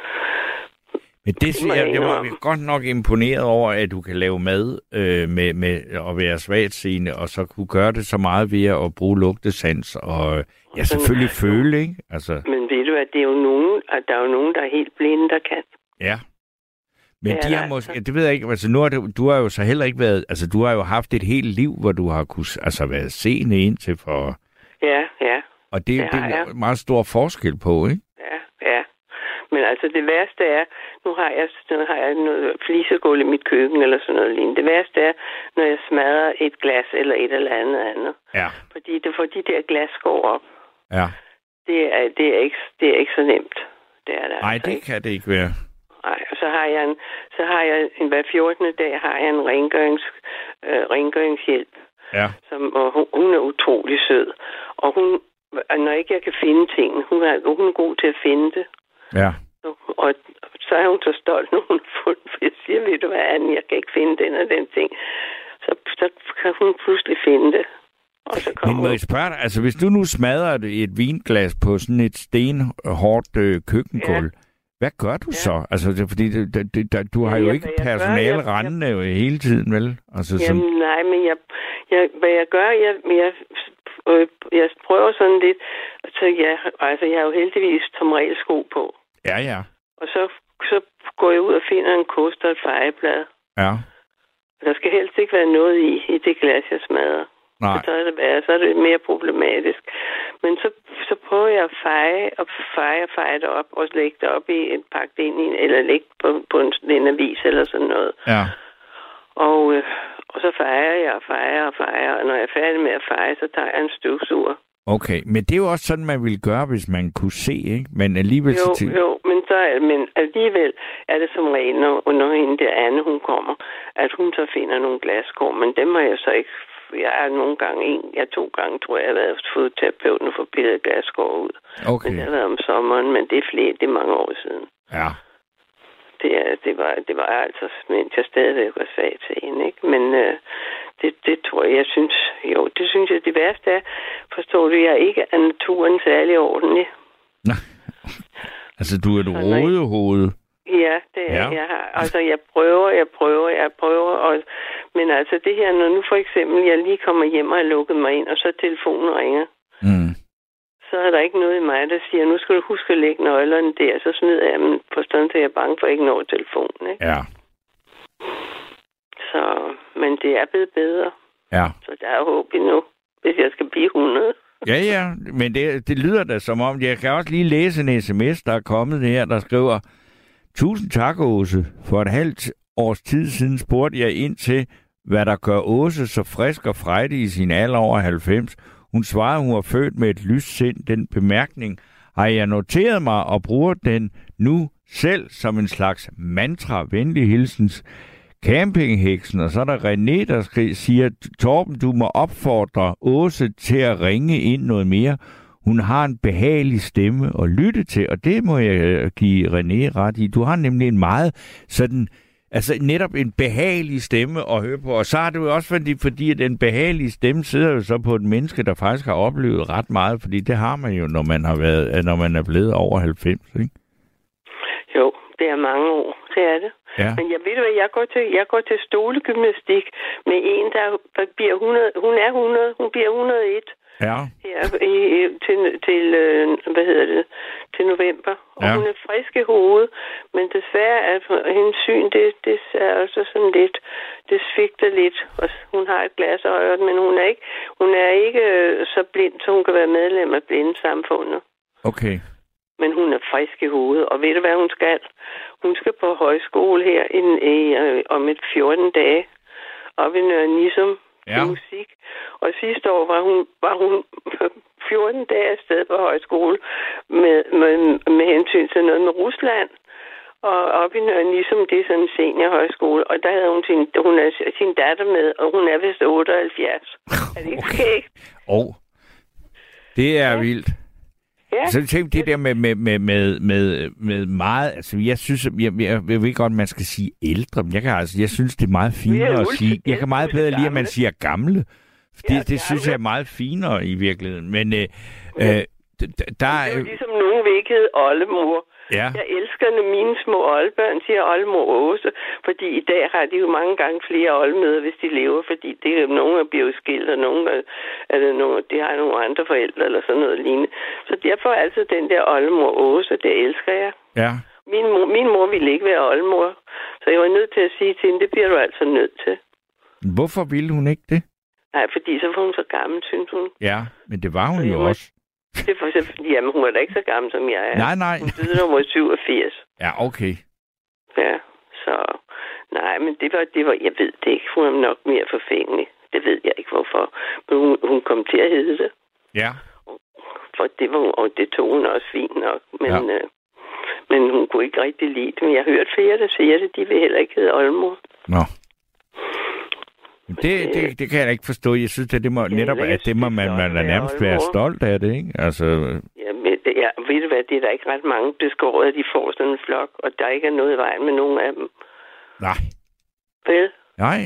[SPEAKER 3] Men det, det jeg, jeg var godt nok imponeret over, at du kan lave mad øh, med, med at være svagtseende, og så kunne gøre det så meget ved at bruge lugtesans, og ja, selvfølgelig men, føle, ikke? Altså. Men
[SPEAKER 5] ved du, at det er jo nogen, at der er jo nogen, der er helt blinde, der kan.
[SPEAKER 3] Ja. Men ja, de har måske, det ved jeg ikke, altså nu har du, du har jo så heller ikke været, altså du har jo haft et helt liv, hvor du har kunne, altså været seende indtil for...
[SPEAKER 5] Ja, ja.
[SPEAKER 3] Og det, det, det er en meget stor forskel på, ikke?
[SPEAKER 5] Ja, ja. Men altså det værste er, nu har jeg, nu har jeg noget flisegulv i mit køkken eller sådan noget lignende. Det værste er, når jeg smadrer et glas eller et eller andet andet.
[SPEAKER 3] Ja.
[SPEAKER 5] Fordi det får de der glas går op.
[SPEAKER 3] Ja.
[SPEAKER 5] Det er, det er, ikke, det er ikke så nemt. Det er det
[SPEAKER 3] Nej,
[SPEAKER 5] altså
[SPEAKER 3] det
[SPEAKER 5] ikke.
[SPEAKER 3] kan det ikke være.
[SPEAKER 5] Nej, og så har jeg en, så har jeg en hver fjortende dag har jeg en rengørings, øh, rengøringshjælp.
[SPEAKER 3] Ja.
[SPEAKER 5] Som, og hun, hun er utrolig sød. Og hun, når ikke jeg kan finde ting, hun er, hun er god til at finde det.
[SPEAKER 3] Ja.
[SPEAKER 5] Og så er hun så stolt, når hun har fundet, for jeg siger, ved du hvad, Anne, jeg kan ikke finde den og den ting. Så, så kan hun pludselig finde det. Og så kommer
[SPEAKER 3] Men må jeg spørge dig, altså hvis du nu smadrer et vinglas på sådan et stenhårdt øh, køkkengulv, ja. Hvad gør du ja. så? Altså, det, fordi det, det, det, du har ja, jo ikke personale gør, jeg, rendende jeg, hele tiden, vel? Altså,
[SPEAKER 5] jamen,
[SPEAKER 3] som...
[SPEAKER 5] nej, men jeg, jeg, hvad jeg gør, jeg, jeg, jeg, jeg prøver sådan lidt, så jeg, altså, jeg har jo heldigvis som regel sko på.
[SPEAKER 3] Ja, ja.
[SPEAKER 5] Og så, så går jeg ud og finder en kost og et fejeblad.
[SPEAKER 3] Ja.
[SPEAKER 5] Der skal helst ikke være noget i, i det glas, jeg smadrer.
[SPEAKER 3] Nej.
[SPEAKER 5] Så er, det, så er det mere problematisk. Men så, så prøver jeg at feje og feje og feje det op, og lægge det op i en pakke ind i, eller lægge på, på en, en avis eller sådan noget.
[SPEAKER 3] Ja.
[SPEAKER 5] Og, øh, og så fejer jeg og fejer og fejer, og når jeg er færdig med at feje, så tager jeg en støvsuger.
[SPEAKER 3] Okay, men det er jo også sådan, man ville gøre, hvis man kunne se, ikke? Men alligevel...
[SPEAKER 5] Jo,
[SPEAKER 3] til...
[SPEAKER 5] jo, men, så, men alligevel er det som regel, når, når hende der Anne, hun kommer, at hun så finder nogle glaskår, men dem har jeg så ikke... Jeg er nogle gange en, jeg to gange, tror jeg, jeg har været fodterapeuten og få pillet glaskår ud.
[SPEAKER 3] Okay.
[SPEAKER 5] Men det har været om sommeren, men det er flere, det er mange år siden.
[SPEAKER 3] Ja.
[SPEAKER 5] Det, er, det, var, det var altså, mens jeg stadigvæk var svag til hende, ikke? Men øh, det, det tror jeg, jeg synes, jo, det synes jeg, det værste er, forstår du, jeg ikke er naturen særlig ordentlig.
[SPEAKER 3] Nej. Altså, du er et rodehoved.
[SPEAKER 5] Ja, det er ja. jeg. Har. Altså, jeg prøver, jeg prøver, jeg prøver. Og, men altså, det her, når nu for eksempel, jeg lige kommer hjem og har lukket mig ind, og så telefonen ringer,
[SPEAKER 3] mm.
[SPEAKER 5] så er der ikke noget i mig, der siger, nu skal du huske at lægge nøglerne der, så smider jeg dem på stedet, så jeg er bange for at ikke nå telefonen, ikke?
[SPEAKER 3] Ja.
[SPEAKER 5] Så, men det er blevet bedre.
[SPEAKER 3] Ja.
[SPEAKER 5] Så der er håb endnu, hvis jeg skal blive hundrede.
[SPEAKER 3] Ja, ja, men det, det lyder da som om, jeg kan også lige læse en sms, der er kommet her, der skriver, tusind tak, Åse. For et halvt års tid siden spurgte jeg ind til, hvad der gør Åse så frisk og frejdig i sin alder over halvfems. Hun svarede, hun var født med et lyst sind. Den bemærkning har jeg noteret mig og bruger den nu selv som en slags mantra, venlig hilsens, campingheksen, og så er der René, der skri- siger, Torben, du må opfordre Åse til at ringe ind noget mere. Hun har en behagelig stemme at lytte til, og det må jeg give René ret i. Du har nemlig en meget sådan, altså netop en behagelig stemme at høre på, og så har det jo også fordi, fordi at den behagelige stemme sidder jo så på et menneske, der faktisk har oplevet ret meget, fordi det har man jo, når man har været, når man er blevet over halvfems, ikke?
[SPEAKER 5] Jo, det er mange år, det er det. Ja. Men jeg ved hvad, jeg går til, jeg går til stolegymnastik med en, der bliver hundrede, hun er hundrede, hun bliver et hundrede og en.
[SPEAKER 3] Ja.
[SPEAKER 5] Her i, til, til, hvad hedder det, til november. Og ja. Hun er frisk i hovedet, men desværre at hendes syn, det, det er altså sådan lidt, det svigter lidt. Og hun har et glas øje, men hun er ikke, hun er ikke så blind, så hun kan være medlem af blindesamfundet.
[SPEAKER 3] Okay.
[SPEAKER 5] Men hun er frisk i hovedet, og ved du hvad hun skal? Hun skal på højskole her i, i, om et fjorten dage, op i Nørre Nissum. Ja. Musik. Og sidste år var hun, var hun fjorten dage afsted på højskole med, med, med hensyn til noget med Rusland. Og op i Nørre Nissum, det er sådan en seniorhøjskole. Og der havde hun sin, hun er, sin datter med, og hun er vist otteoghalvfjerds. Er det ikke okay?
[SPEAKER 3] Åh, oh, det er ja. vildt. Ja. Så tænk det der med, med, med, med, med, med meget, altså jeg synes, jeg, jeg, jeg ved godt, man skal sige ældre, men jeg, kan, altså, jeg synes, det er meget finere at sige, jeg kan meget bedre lide, at man siger gamle. Det, ja, det synes jeg er meget finere i virkeligheden, men øh, øh, der er...
[SPEAKER 5] Det er jo ligesom nogen vil ikke hedde oldemor. Ja. Jeg elsker, når mine små oldebørn siger oldemor Åse, fordi i dag har de jo mange gange flere oldemødre, hvis de lever, fordi det er nogle er blevet skilt, og nogle er, er nogle, de har nogle andre forældre, eller sådan noget lignende. Så derfor er altså den der oldemor Åse, det elsker jeg.
[SPEAKER 3] Ja.
[SPEAKER 5] Min mor, min mor ville ikke være oldemor, så jeg var nødt til at sige til hende, det bliver du altså nødt til.
[SPEAKER 3] Hvorfor ville hun ikke det?
[SPEAKER 5] Nej, fordi så var hun så gammel, synes hun.
[SPEAKER 3] Ja, men det var hun jo
[SPEAKER 5] må...
[SPEAKER 3] også.
[SPEAKER 5] Det er for eksempel, jamen hun er da ikke så gammel, som jeg er.
[SPEAKER 3] Nej, nej.
[SPEAKER 5] Hun døde nummer syvogfirs.
[SPEAKER 3] Ja, okay.
[SPEAKER 5] Ja, så... Nej, men det var, det var... Jeg ved det ikke. Hun er nok mere forfængelig. Det ved jeg ikke, hvorfor. Men hun, hun kom til at hedde det.
[SPEAKER 3] Ja.
[SPEAKER 5] For det var og det tog hun også fint nok. Men, ja. øh, men hun kunne ikke rigtig lide det. Men jeg har hørt flere, der siger det. De vil heller ikke hedde oldemor.
[SPEAKER 3] Nå. Det, det, det kan jeg da ikke forstå. Jeg synes, at det må ja, netop, at det må man, man er nærmest være stolt af det, ikke? Altså...
[SPEAKER 5] Ja, men det, ja, ved du hvad, det er der ikke ret mange beskåret, at de får sådan en flok, og der ikke er noget i vejen med nogen af dem.
[SPEAKER 3] Nej.
[SPEAKER 5] Vel?
[SPEAKER 3] Nej.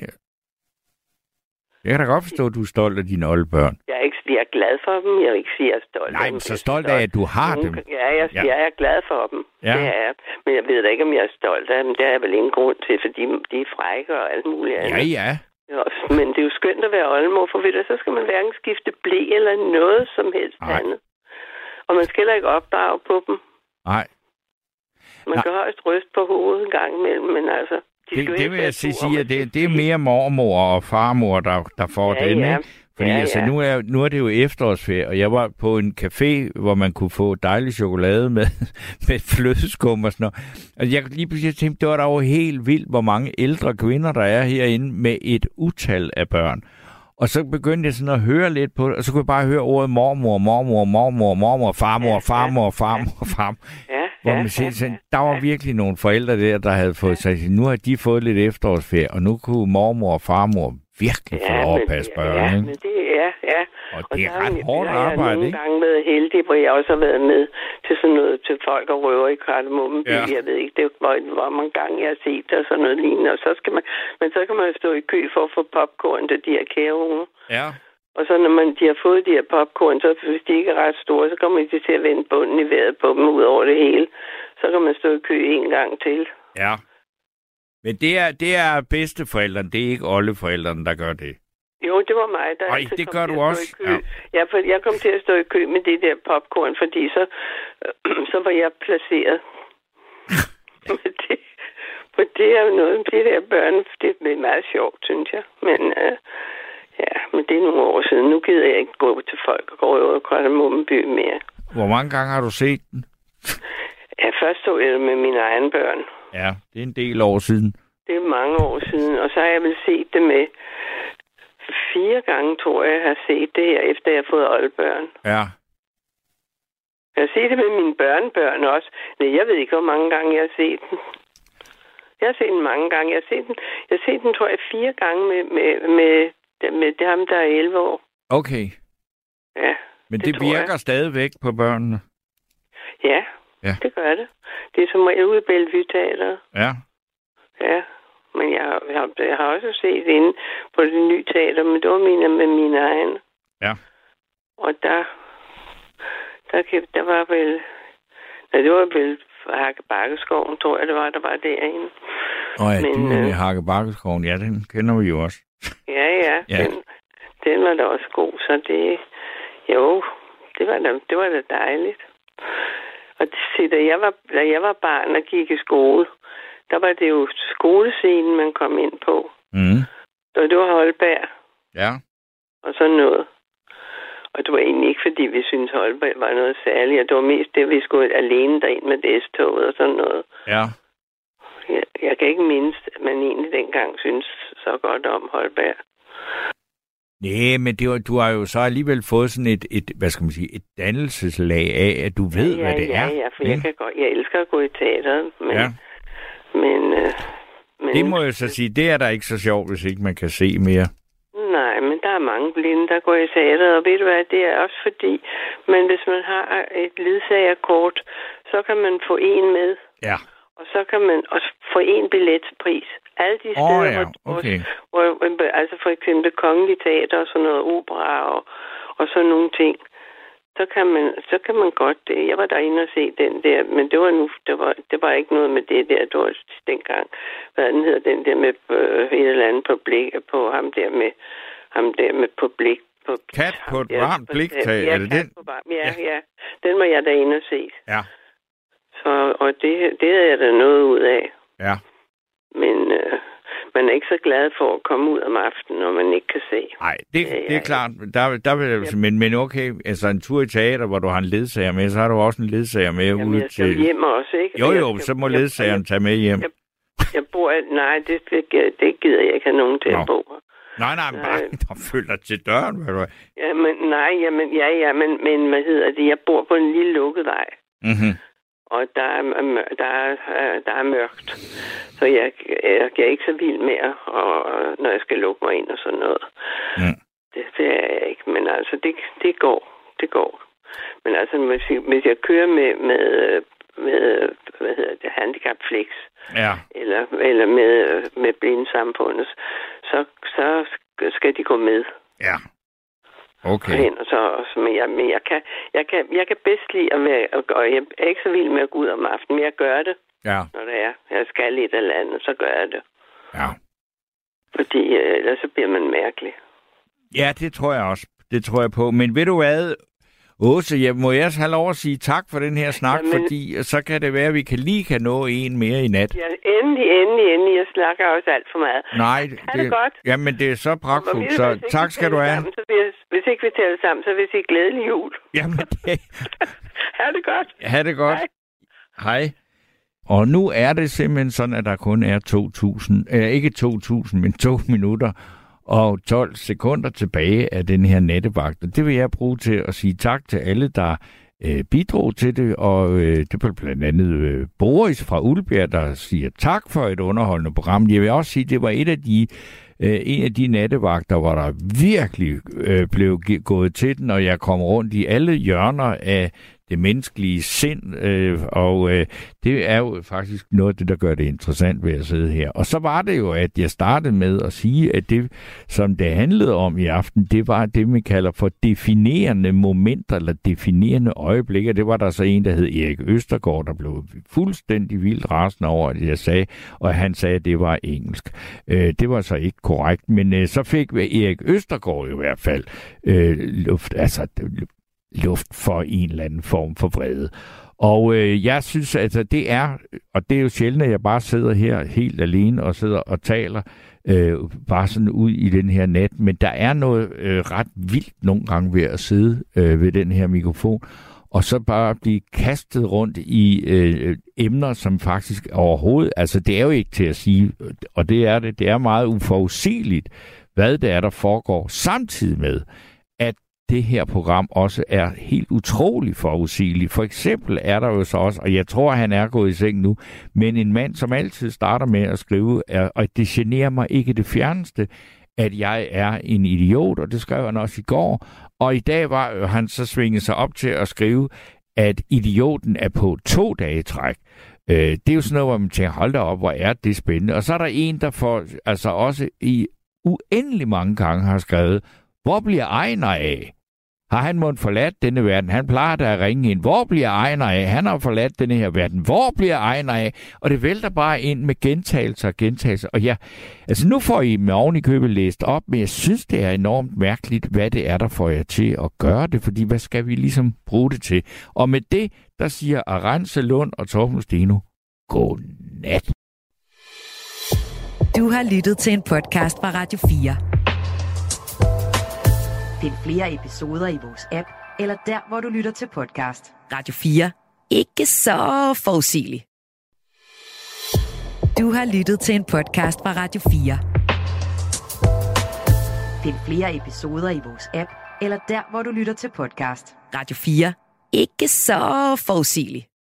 [SPEAKER 3] Jeg kan da godt forstå, at du er stolt af dine oldebørn.
[SPEAKER 5] Jeg er, ikke, jeg er glad for dem. Jeg vil ikke sige, at jeg er stolt
[SPEAKER 3] Nej,
[SPEAKER 5] af
[SPEAKER 3] men
[SPEAKER 5] dem.
[SPEAKER 3] så stolt af, at du har
[SPEAKER 5] nogen,
[SPEAKER 3] dem.
[SPEAKER 5] Ja, jeg, ja. jeg er glad for dem.
[SPEAKER 3] Ja.
[SPEAKER 5] Det er jeg. Men jeg ved da ikke, om jeg er stolt af dem. Det er jeg vel ingen grund til, fordi de er frække og alt muligt andet.
[SPEAKER 3] Ja, ja.
[SPEAKER 5] Ja, men det er jo skønt at være oldemor, for ved du, så skal man hverken skifte blæ eller noget som helst Ej. andet. Og man skal heller ikke opdrage på dem.
[SPEAKER 3] Nej.
[SPEAKER 5] Man Nej. kan højst ryste på hovedet en gang imellem, men altså... De
[SPEAKER 3] det, det vil jeg sige, at det, det er mere mormor og farmor, der, der får
[SPEAKER 5] ja,
[SPEAKER 3] den,
[SPEAKER 5] ja.
[SPEAKER 3] ikke? Fordi
[SPEAKER 5] ja, ja.
[SPEAKER 3] altså, nu er, nu er det jo efterårsferie, og jeg var på en café, hvor man kunne få dejlig chokolade med, med flødeskum og sådan noget. Og jeg lige pludselig tænkte, det var da jo helt vildt, hvor mange ældre kvinder, der er herinde med et utal af børn. Og så begyndte jeg sådan at høre lidt på det, og så kunne jeg bare høre ordet mormor, mormor, mormor, mormor, farmor, farmor, farmor, farmor. Ja, hvor man siger, sådan, der var virkelig nogle forældre der, der havde fået sig, nu har de fået lidt efterårsferie, og nu kunne mormor og farmor virkelig få lov at passe børn,
[SPEAKER 5] ja,
[SPEAKER 3] ikke?
[SPEAKER 5] Men det, ja, ja.
[SPEAKER 3] Og det er og ret hårdt arbejde,
[SPEAKER 5] ikke? Jeg har nogle gange været heldig, hvor jeg også har været med til sådan noget, til folk og røver i Kardemomme. Ja. Jeg ved ikke, det var, hvor mange gange jeg har set det og sådan noget lignende. Og så skal man, men så kan man stå i kø for at få popcorn til de her kære.
[SPEAKER 3] Ja.
[SPEAKER 5] Og så når man, de har fået de her popcorn, så hvis de ikke er ret store, så kommer de til at vende bunden i vejret på dem ud over det hele. Så kan man stå i kø en gang til.
[SPEAKER 3] Ja. Men det er, det er bedsteforældrene, det er ikke oldeforældrene, der gør det.
[SPEAKER 5] Jo, det var mig, der
[SPEAKER 3] Ej, det gør du også.
[SPEAKER 5] Ja. Ja, for jeg kom til at stå i kø med det der popcorn, fordi så, øh, så var jeg placeret. det, for det er jo noget, det der børn, det er meget sjovt, synes jeg. Men øh, ja, men det er nogle år siden. Nu gider jeg ikke gå til folk og gå over og Kardemomme by mere.
[SPEAKER 3] Hvor mange gange har du set den?
[SPEAKER 5] Ja, først så jeg det med mine egne børn.
[SPEAKER 3] Ja, det er en del år siden.
[SPEAKER 5] Det er mange år siden, og så har jeg vel set det med fire gange, tror jeg, jeg har set det her, efter jeg har fået oldebørn.
[SPEAKER 3] Ja.
[SPEAKER 5] Jeg har set det med mine børnebørn også. Nej, jeg ved ikke, hvor mange gange jeg har set den. Jeg har set den mange gange. Jeg har set den, jeg har set den tror jeg, fire gange med, med, med, med, med det ham, der er elleve år.
[SPEAKER 3] Okay.
[SPEAKER 5] Ja.
[SPEAKER 3] Men det, det virker jeg. stadigvæk på børnene?
[SPEAKER 5] Ja, ja, det gør det. Det er som regel ude i Bellevue Teateret.
[SPEAKER 3] Ja.
[SPEAKER 5] Ja, men jeg har, jeg, har, jeg har også set inde på det nye teater, men det var mine, med mine egne.
[SPEAKER 3] Ja.
[SPEAKER 5] Og der, der, der var vel... Nej, det var vel Hakke Bakkeskoven, tror jeg, det var, der var derinde.
[SPEAKER 3] Åh oh ja, men, det er øh, Hakke Bakkeskoven. Ja, den kender vi jo også.
[SPEAKER 5] Ja, ja. ja. Den, den var da også god, så det... Jo, det var da, det var da dejligt. Og se, da jeg var, da jeg var barn og gik i skole, der var det jo skolescenen, man kom ind på.
[SPEAKER 3] Mm.
[SPEAKER 5] Og det var Holberg.
[SPEAKER 3] Ja.
[SPEAKER 5] Og sådan noget. Og det var egentlig ikke, fordi vi syntes, Holberg var noget særligt. Og det var mest det, vi skulle alene derind med S-toget og sådan noget.
[SPEAKER 3] Ja.
[SPEAKER 5] Jeg, jeg kan ikke mindes, at man egentlig dengang synes så godt om Holberg.
[SPEAKER 3] Nej, men det var, du har jo så alligevel fået sådan et, et, hvad skal man sige, et dannelseslag af, at du ved,
[SPEAKER 5] ja,
[SPEAKER 3] hvad det
[SPEAKER 5] ja,
[SPEAKER 3] er.
[SPEAKER 5] Ja, ja, for jeg, kan godt, jeg elsker at gå i teateret. Men,
[SPEAKER 3] ja.
[SPEAKER 5] men, øh, men...
[SPEAKER 3] Det må jeg så sige, det er da ikke så sjovt, hvis ikke man kan se mere.
[SPEAKER 5] Nej, men der er mange blinde, der går i teateret, og ved du hvad, det er også fordi, men hvis man har et ledsagerkort, så kan man få en med.
[SPEAKER 3] Ja.
[SPEAKER 5] Og så kan man også få en billetpris. Alle de steder,
[SPEAKER 3] oh, ja. okay.
[SPEAKER 5] hvor, hvor, altså for eksempel Kongelige Teater og sådan noget opera og, og sådan nogle ting, så kan man, så kan man godt det. Jeg var derinde og se den der, men det var nu, det var, det var ikke noget med det der, det var dengang, hvad den hedder, den der med øh, et eller andet på blik, på ham der med, ham der med på blik. På,
[SPEAKER 3] Kat på et
[SPEAKER 5] ja,
[SPEAKER 3] varmt bliktag,
[SPEAKER 5] ja,
[SPEAKER 3] er det den?
[SPEAKER 5] Varm, ja, ja, ja, den var jeg derinde og se.
[SPEAKER 3] Ja.
[SPEAKER 5] Så, og det, det havde jeg da noget ud af.
[SPEAKER 3] Ja.
[SPEAKER 5] Men øh, man er ikke så glad for at komme ud om aftenen, når man ikke kan se.
[SPEAKER 3] Nej, det, ja, det er klart. Der, der vil, ja. men, men okay, altså en tur i teater, hvor du har en ledsager med, så har du også en ledsager med
[SPEAKER 5] Jamen,
[SPEAKER 3] ude
[SPEAKER 5] jeg skal
[SPEAKER 3] til...
[SPEAKER 5] hjem også, ikke?
[SPEAKER 3] Jo, jo,
[SPEAKER 5] skal,
[SPEAKER 3] så må ledsageren tage med hjem.
[SPEAKER 5] Jeg, jeg bor... Nej, det, det gider jeg ikke have nogen til Nå. at bo her.
[SPEAKER 3] Nej, nej, men bare, der følger til døren, hvad du er.
[SPEAKER 5] Ja, men nej, jamen, ja, ja, men, men hvad hedder det? Jeg bor på en lille lukket vej.
[SPEAKER 3] Mhm.
[SPEAKER 5] Og der er, der, er, der er mørkt. Så jeg, jeg, jeg er ikke så vild med, og, når jeg skal lukke mig ind og sådan noget.
[SPEAKER 3] Mm.
[SPEAKER 5] Det, det er jeg ikke. Men altså, det, det går. Det går. Men altså, hvis jeg, hvis jeg kører med, med, med hvad hedder det, handicapflix,
[SPEAKER 3] ja.
[SPEAKER 5] eller, eller med, med blindesamfundet, så, så skal de gå med.
[SPEAKER 3] Ja. Okay.
[SPEAKER 5] Hen, og så, også, men jeg, men jeg, kan, jeg, kan, jeg kan bedst lide at være, og jeg er ikke så vild med at gå ud om aftenen, men jeg gør det,
[SPEAKER 3] ja.
[SPEAKER 5] når det er. Jeg skal et eller andet, så gør jeg det.
[SPEAKER 3] Ja.
[SPEAKER 5] Fordi ellers så bliver man mærkelig.
[SPEAKER 3] Ja, det tror jeg også. Det tror jeg på. Men ved du hvad, Åse, jeg må jeg have lov at sige tak for den her snak, ja, men... fordi så kan det være, at vi kan lige kan nå en mere i nat.
[SPEAKER 5] Ja, endelig, endelig, endelig. Jeg snakker også alt for meget.
[SPEAKER 3] Nej,
[SPEAKER 5] det, det godt.
[SPEAKER 3] Jamen, det er så pragtfuldt, så
[SPEAKER 5] hvis
[SPEAKER 3] tak skal du have.
[SPEAKER 5] Sammen, så hvis, hvis ikke vi taler sammen, så vil jeg sige glædelig jul.
[SPEAKER 3] Jamen, det...
[SPEAKER 5] ha' det godt.
[SPEAKER 3] Ha' det godt. Hej. Hej. Og nu er det simpelthen sådan, at der kun er to tusind, øh, ikke to tusind, men to minutter og tolv sekunder tilbage af den her nattevagt. Og det vil jeg bruge til at sige tak til alle, der øh, bidrog til det. Og øh, det var blandt andet øh, Boris fra Ulbjerg, der siger tak for et underholdende program. Jeg vil også sige, at det var et af de, øh, en af de nattevagter, hvor der virkelig øh, blev gået til den, og jeg kom rundt i alle hjørner af det menneskelige sind, øh, og øh, det er jo faktisk noget af det, der gør det interessant ved at sidde her. Og så var det jo, at jeg startede med at sige, at det, som det handlede om i aften, det var det, man kalder for definerende momenter, eller definerende øjeblikker. Det var der så en, der hed Erik Østergaard, der blev fuldstændig vildt rasende over, at jeg sagde, og han sagde, at det var engelsk. Øh, det var så ikke korrekt, men øh, så fik Erik Østergaard i hvert fald øh, luft, altså luft for en eller anden form for vrede. Og øh, jeg synes, altså det er, og det er jo sjældent, at jeg bare sidder her helt alene og sidder og taler øh, bare sådan ud i den her nat, men der er noget øh, ret vildt nogle gange ved at sidde øh, ved den her mikrofon, og så bare blive kastet rundt i øh, emner, som faktisk overhovedet, altså det er jo ikke til at sige, og det er det, det er meget uforudsigeligt, hvad det er, der foregår, samtidig med, at det her program også er helt utrolig forudsigeligt. For eksempel er der jo så også, og jeg tror, han er gået i seng nu, men en mand, som altid starter med at skrive, er, og det generer mig ikke det fjerneste, at jeg er en idiot, og det skrev han også i går. Og i dag var han så svinget sig op til at skrive, at idioten er på to dage træk. Øh, det er jo sådan noget, hvor man tænker, hold da op, hvor er det spændende. Og så er der en, der får, altså også i uendelig mange gange har skrevet, hvor bliver Ejner af? Har han måttet forladt denne verden? Han plejer da at ringe ind. Hvor bliver Ejner af? Han har forladt denne her verden. Hvor bliver Ejner af? Og det vælter bare ind med gentagelser og gentagelser. Og ja, altså nu får I med oven i købet læst op, men jeg synes, det er enormt mærkeligt, hvad det er, der får jer til at gøre det. Fordi hvad skal vi ligesom bruge det til? Og med det, der siger Arantxa Lund og Torben Steno, godnat.
[SPEAKER 2] Du har lyttet til en podcast fra Radio fire. Find flere episoder i vores app, eller der, hvor du lytter til podcast. Radio fire. Ikke så forudsigeligt. Du har lyttet til en podcast fra Radio fire. Find flere episoder i vores app, eller der, hvor du lytter til podcast. Radio fire. Ikke så forudsigeligt.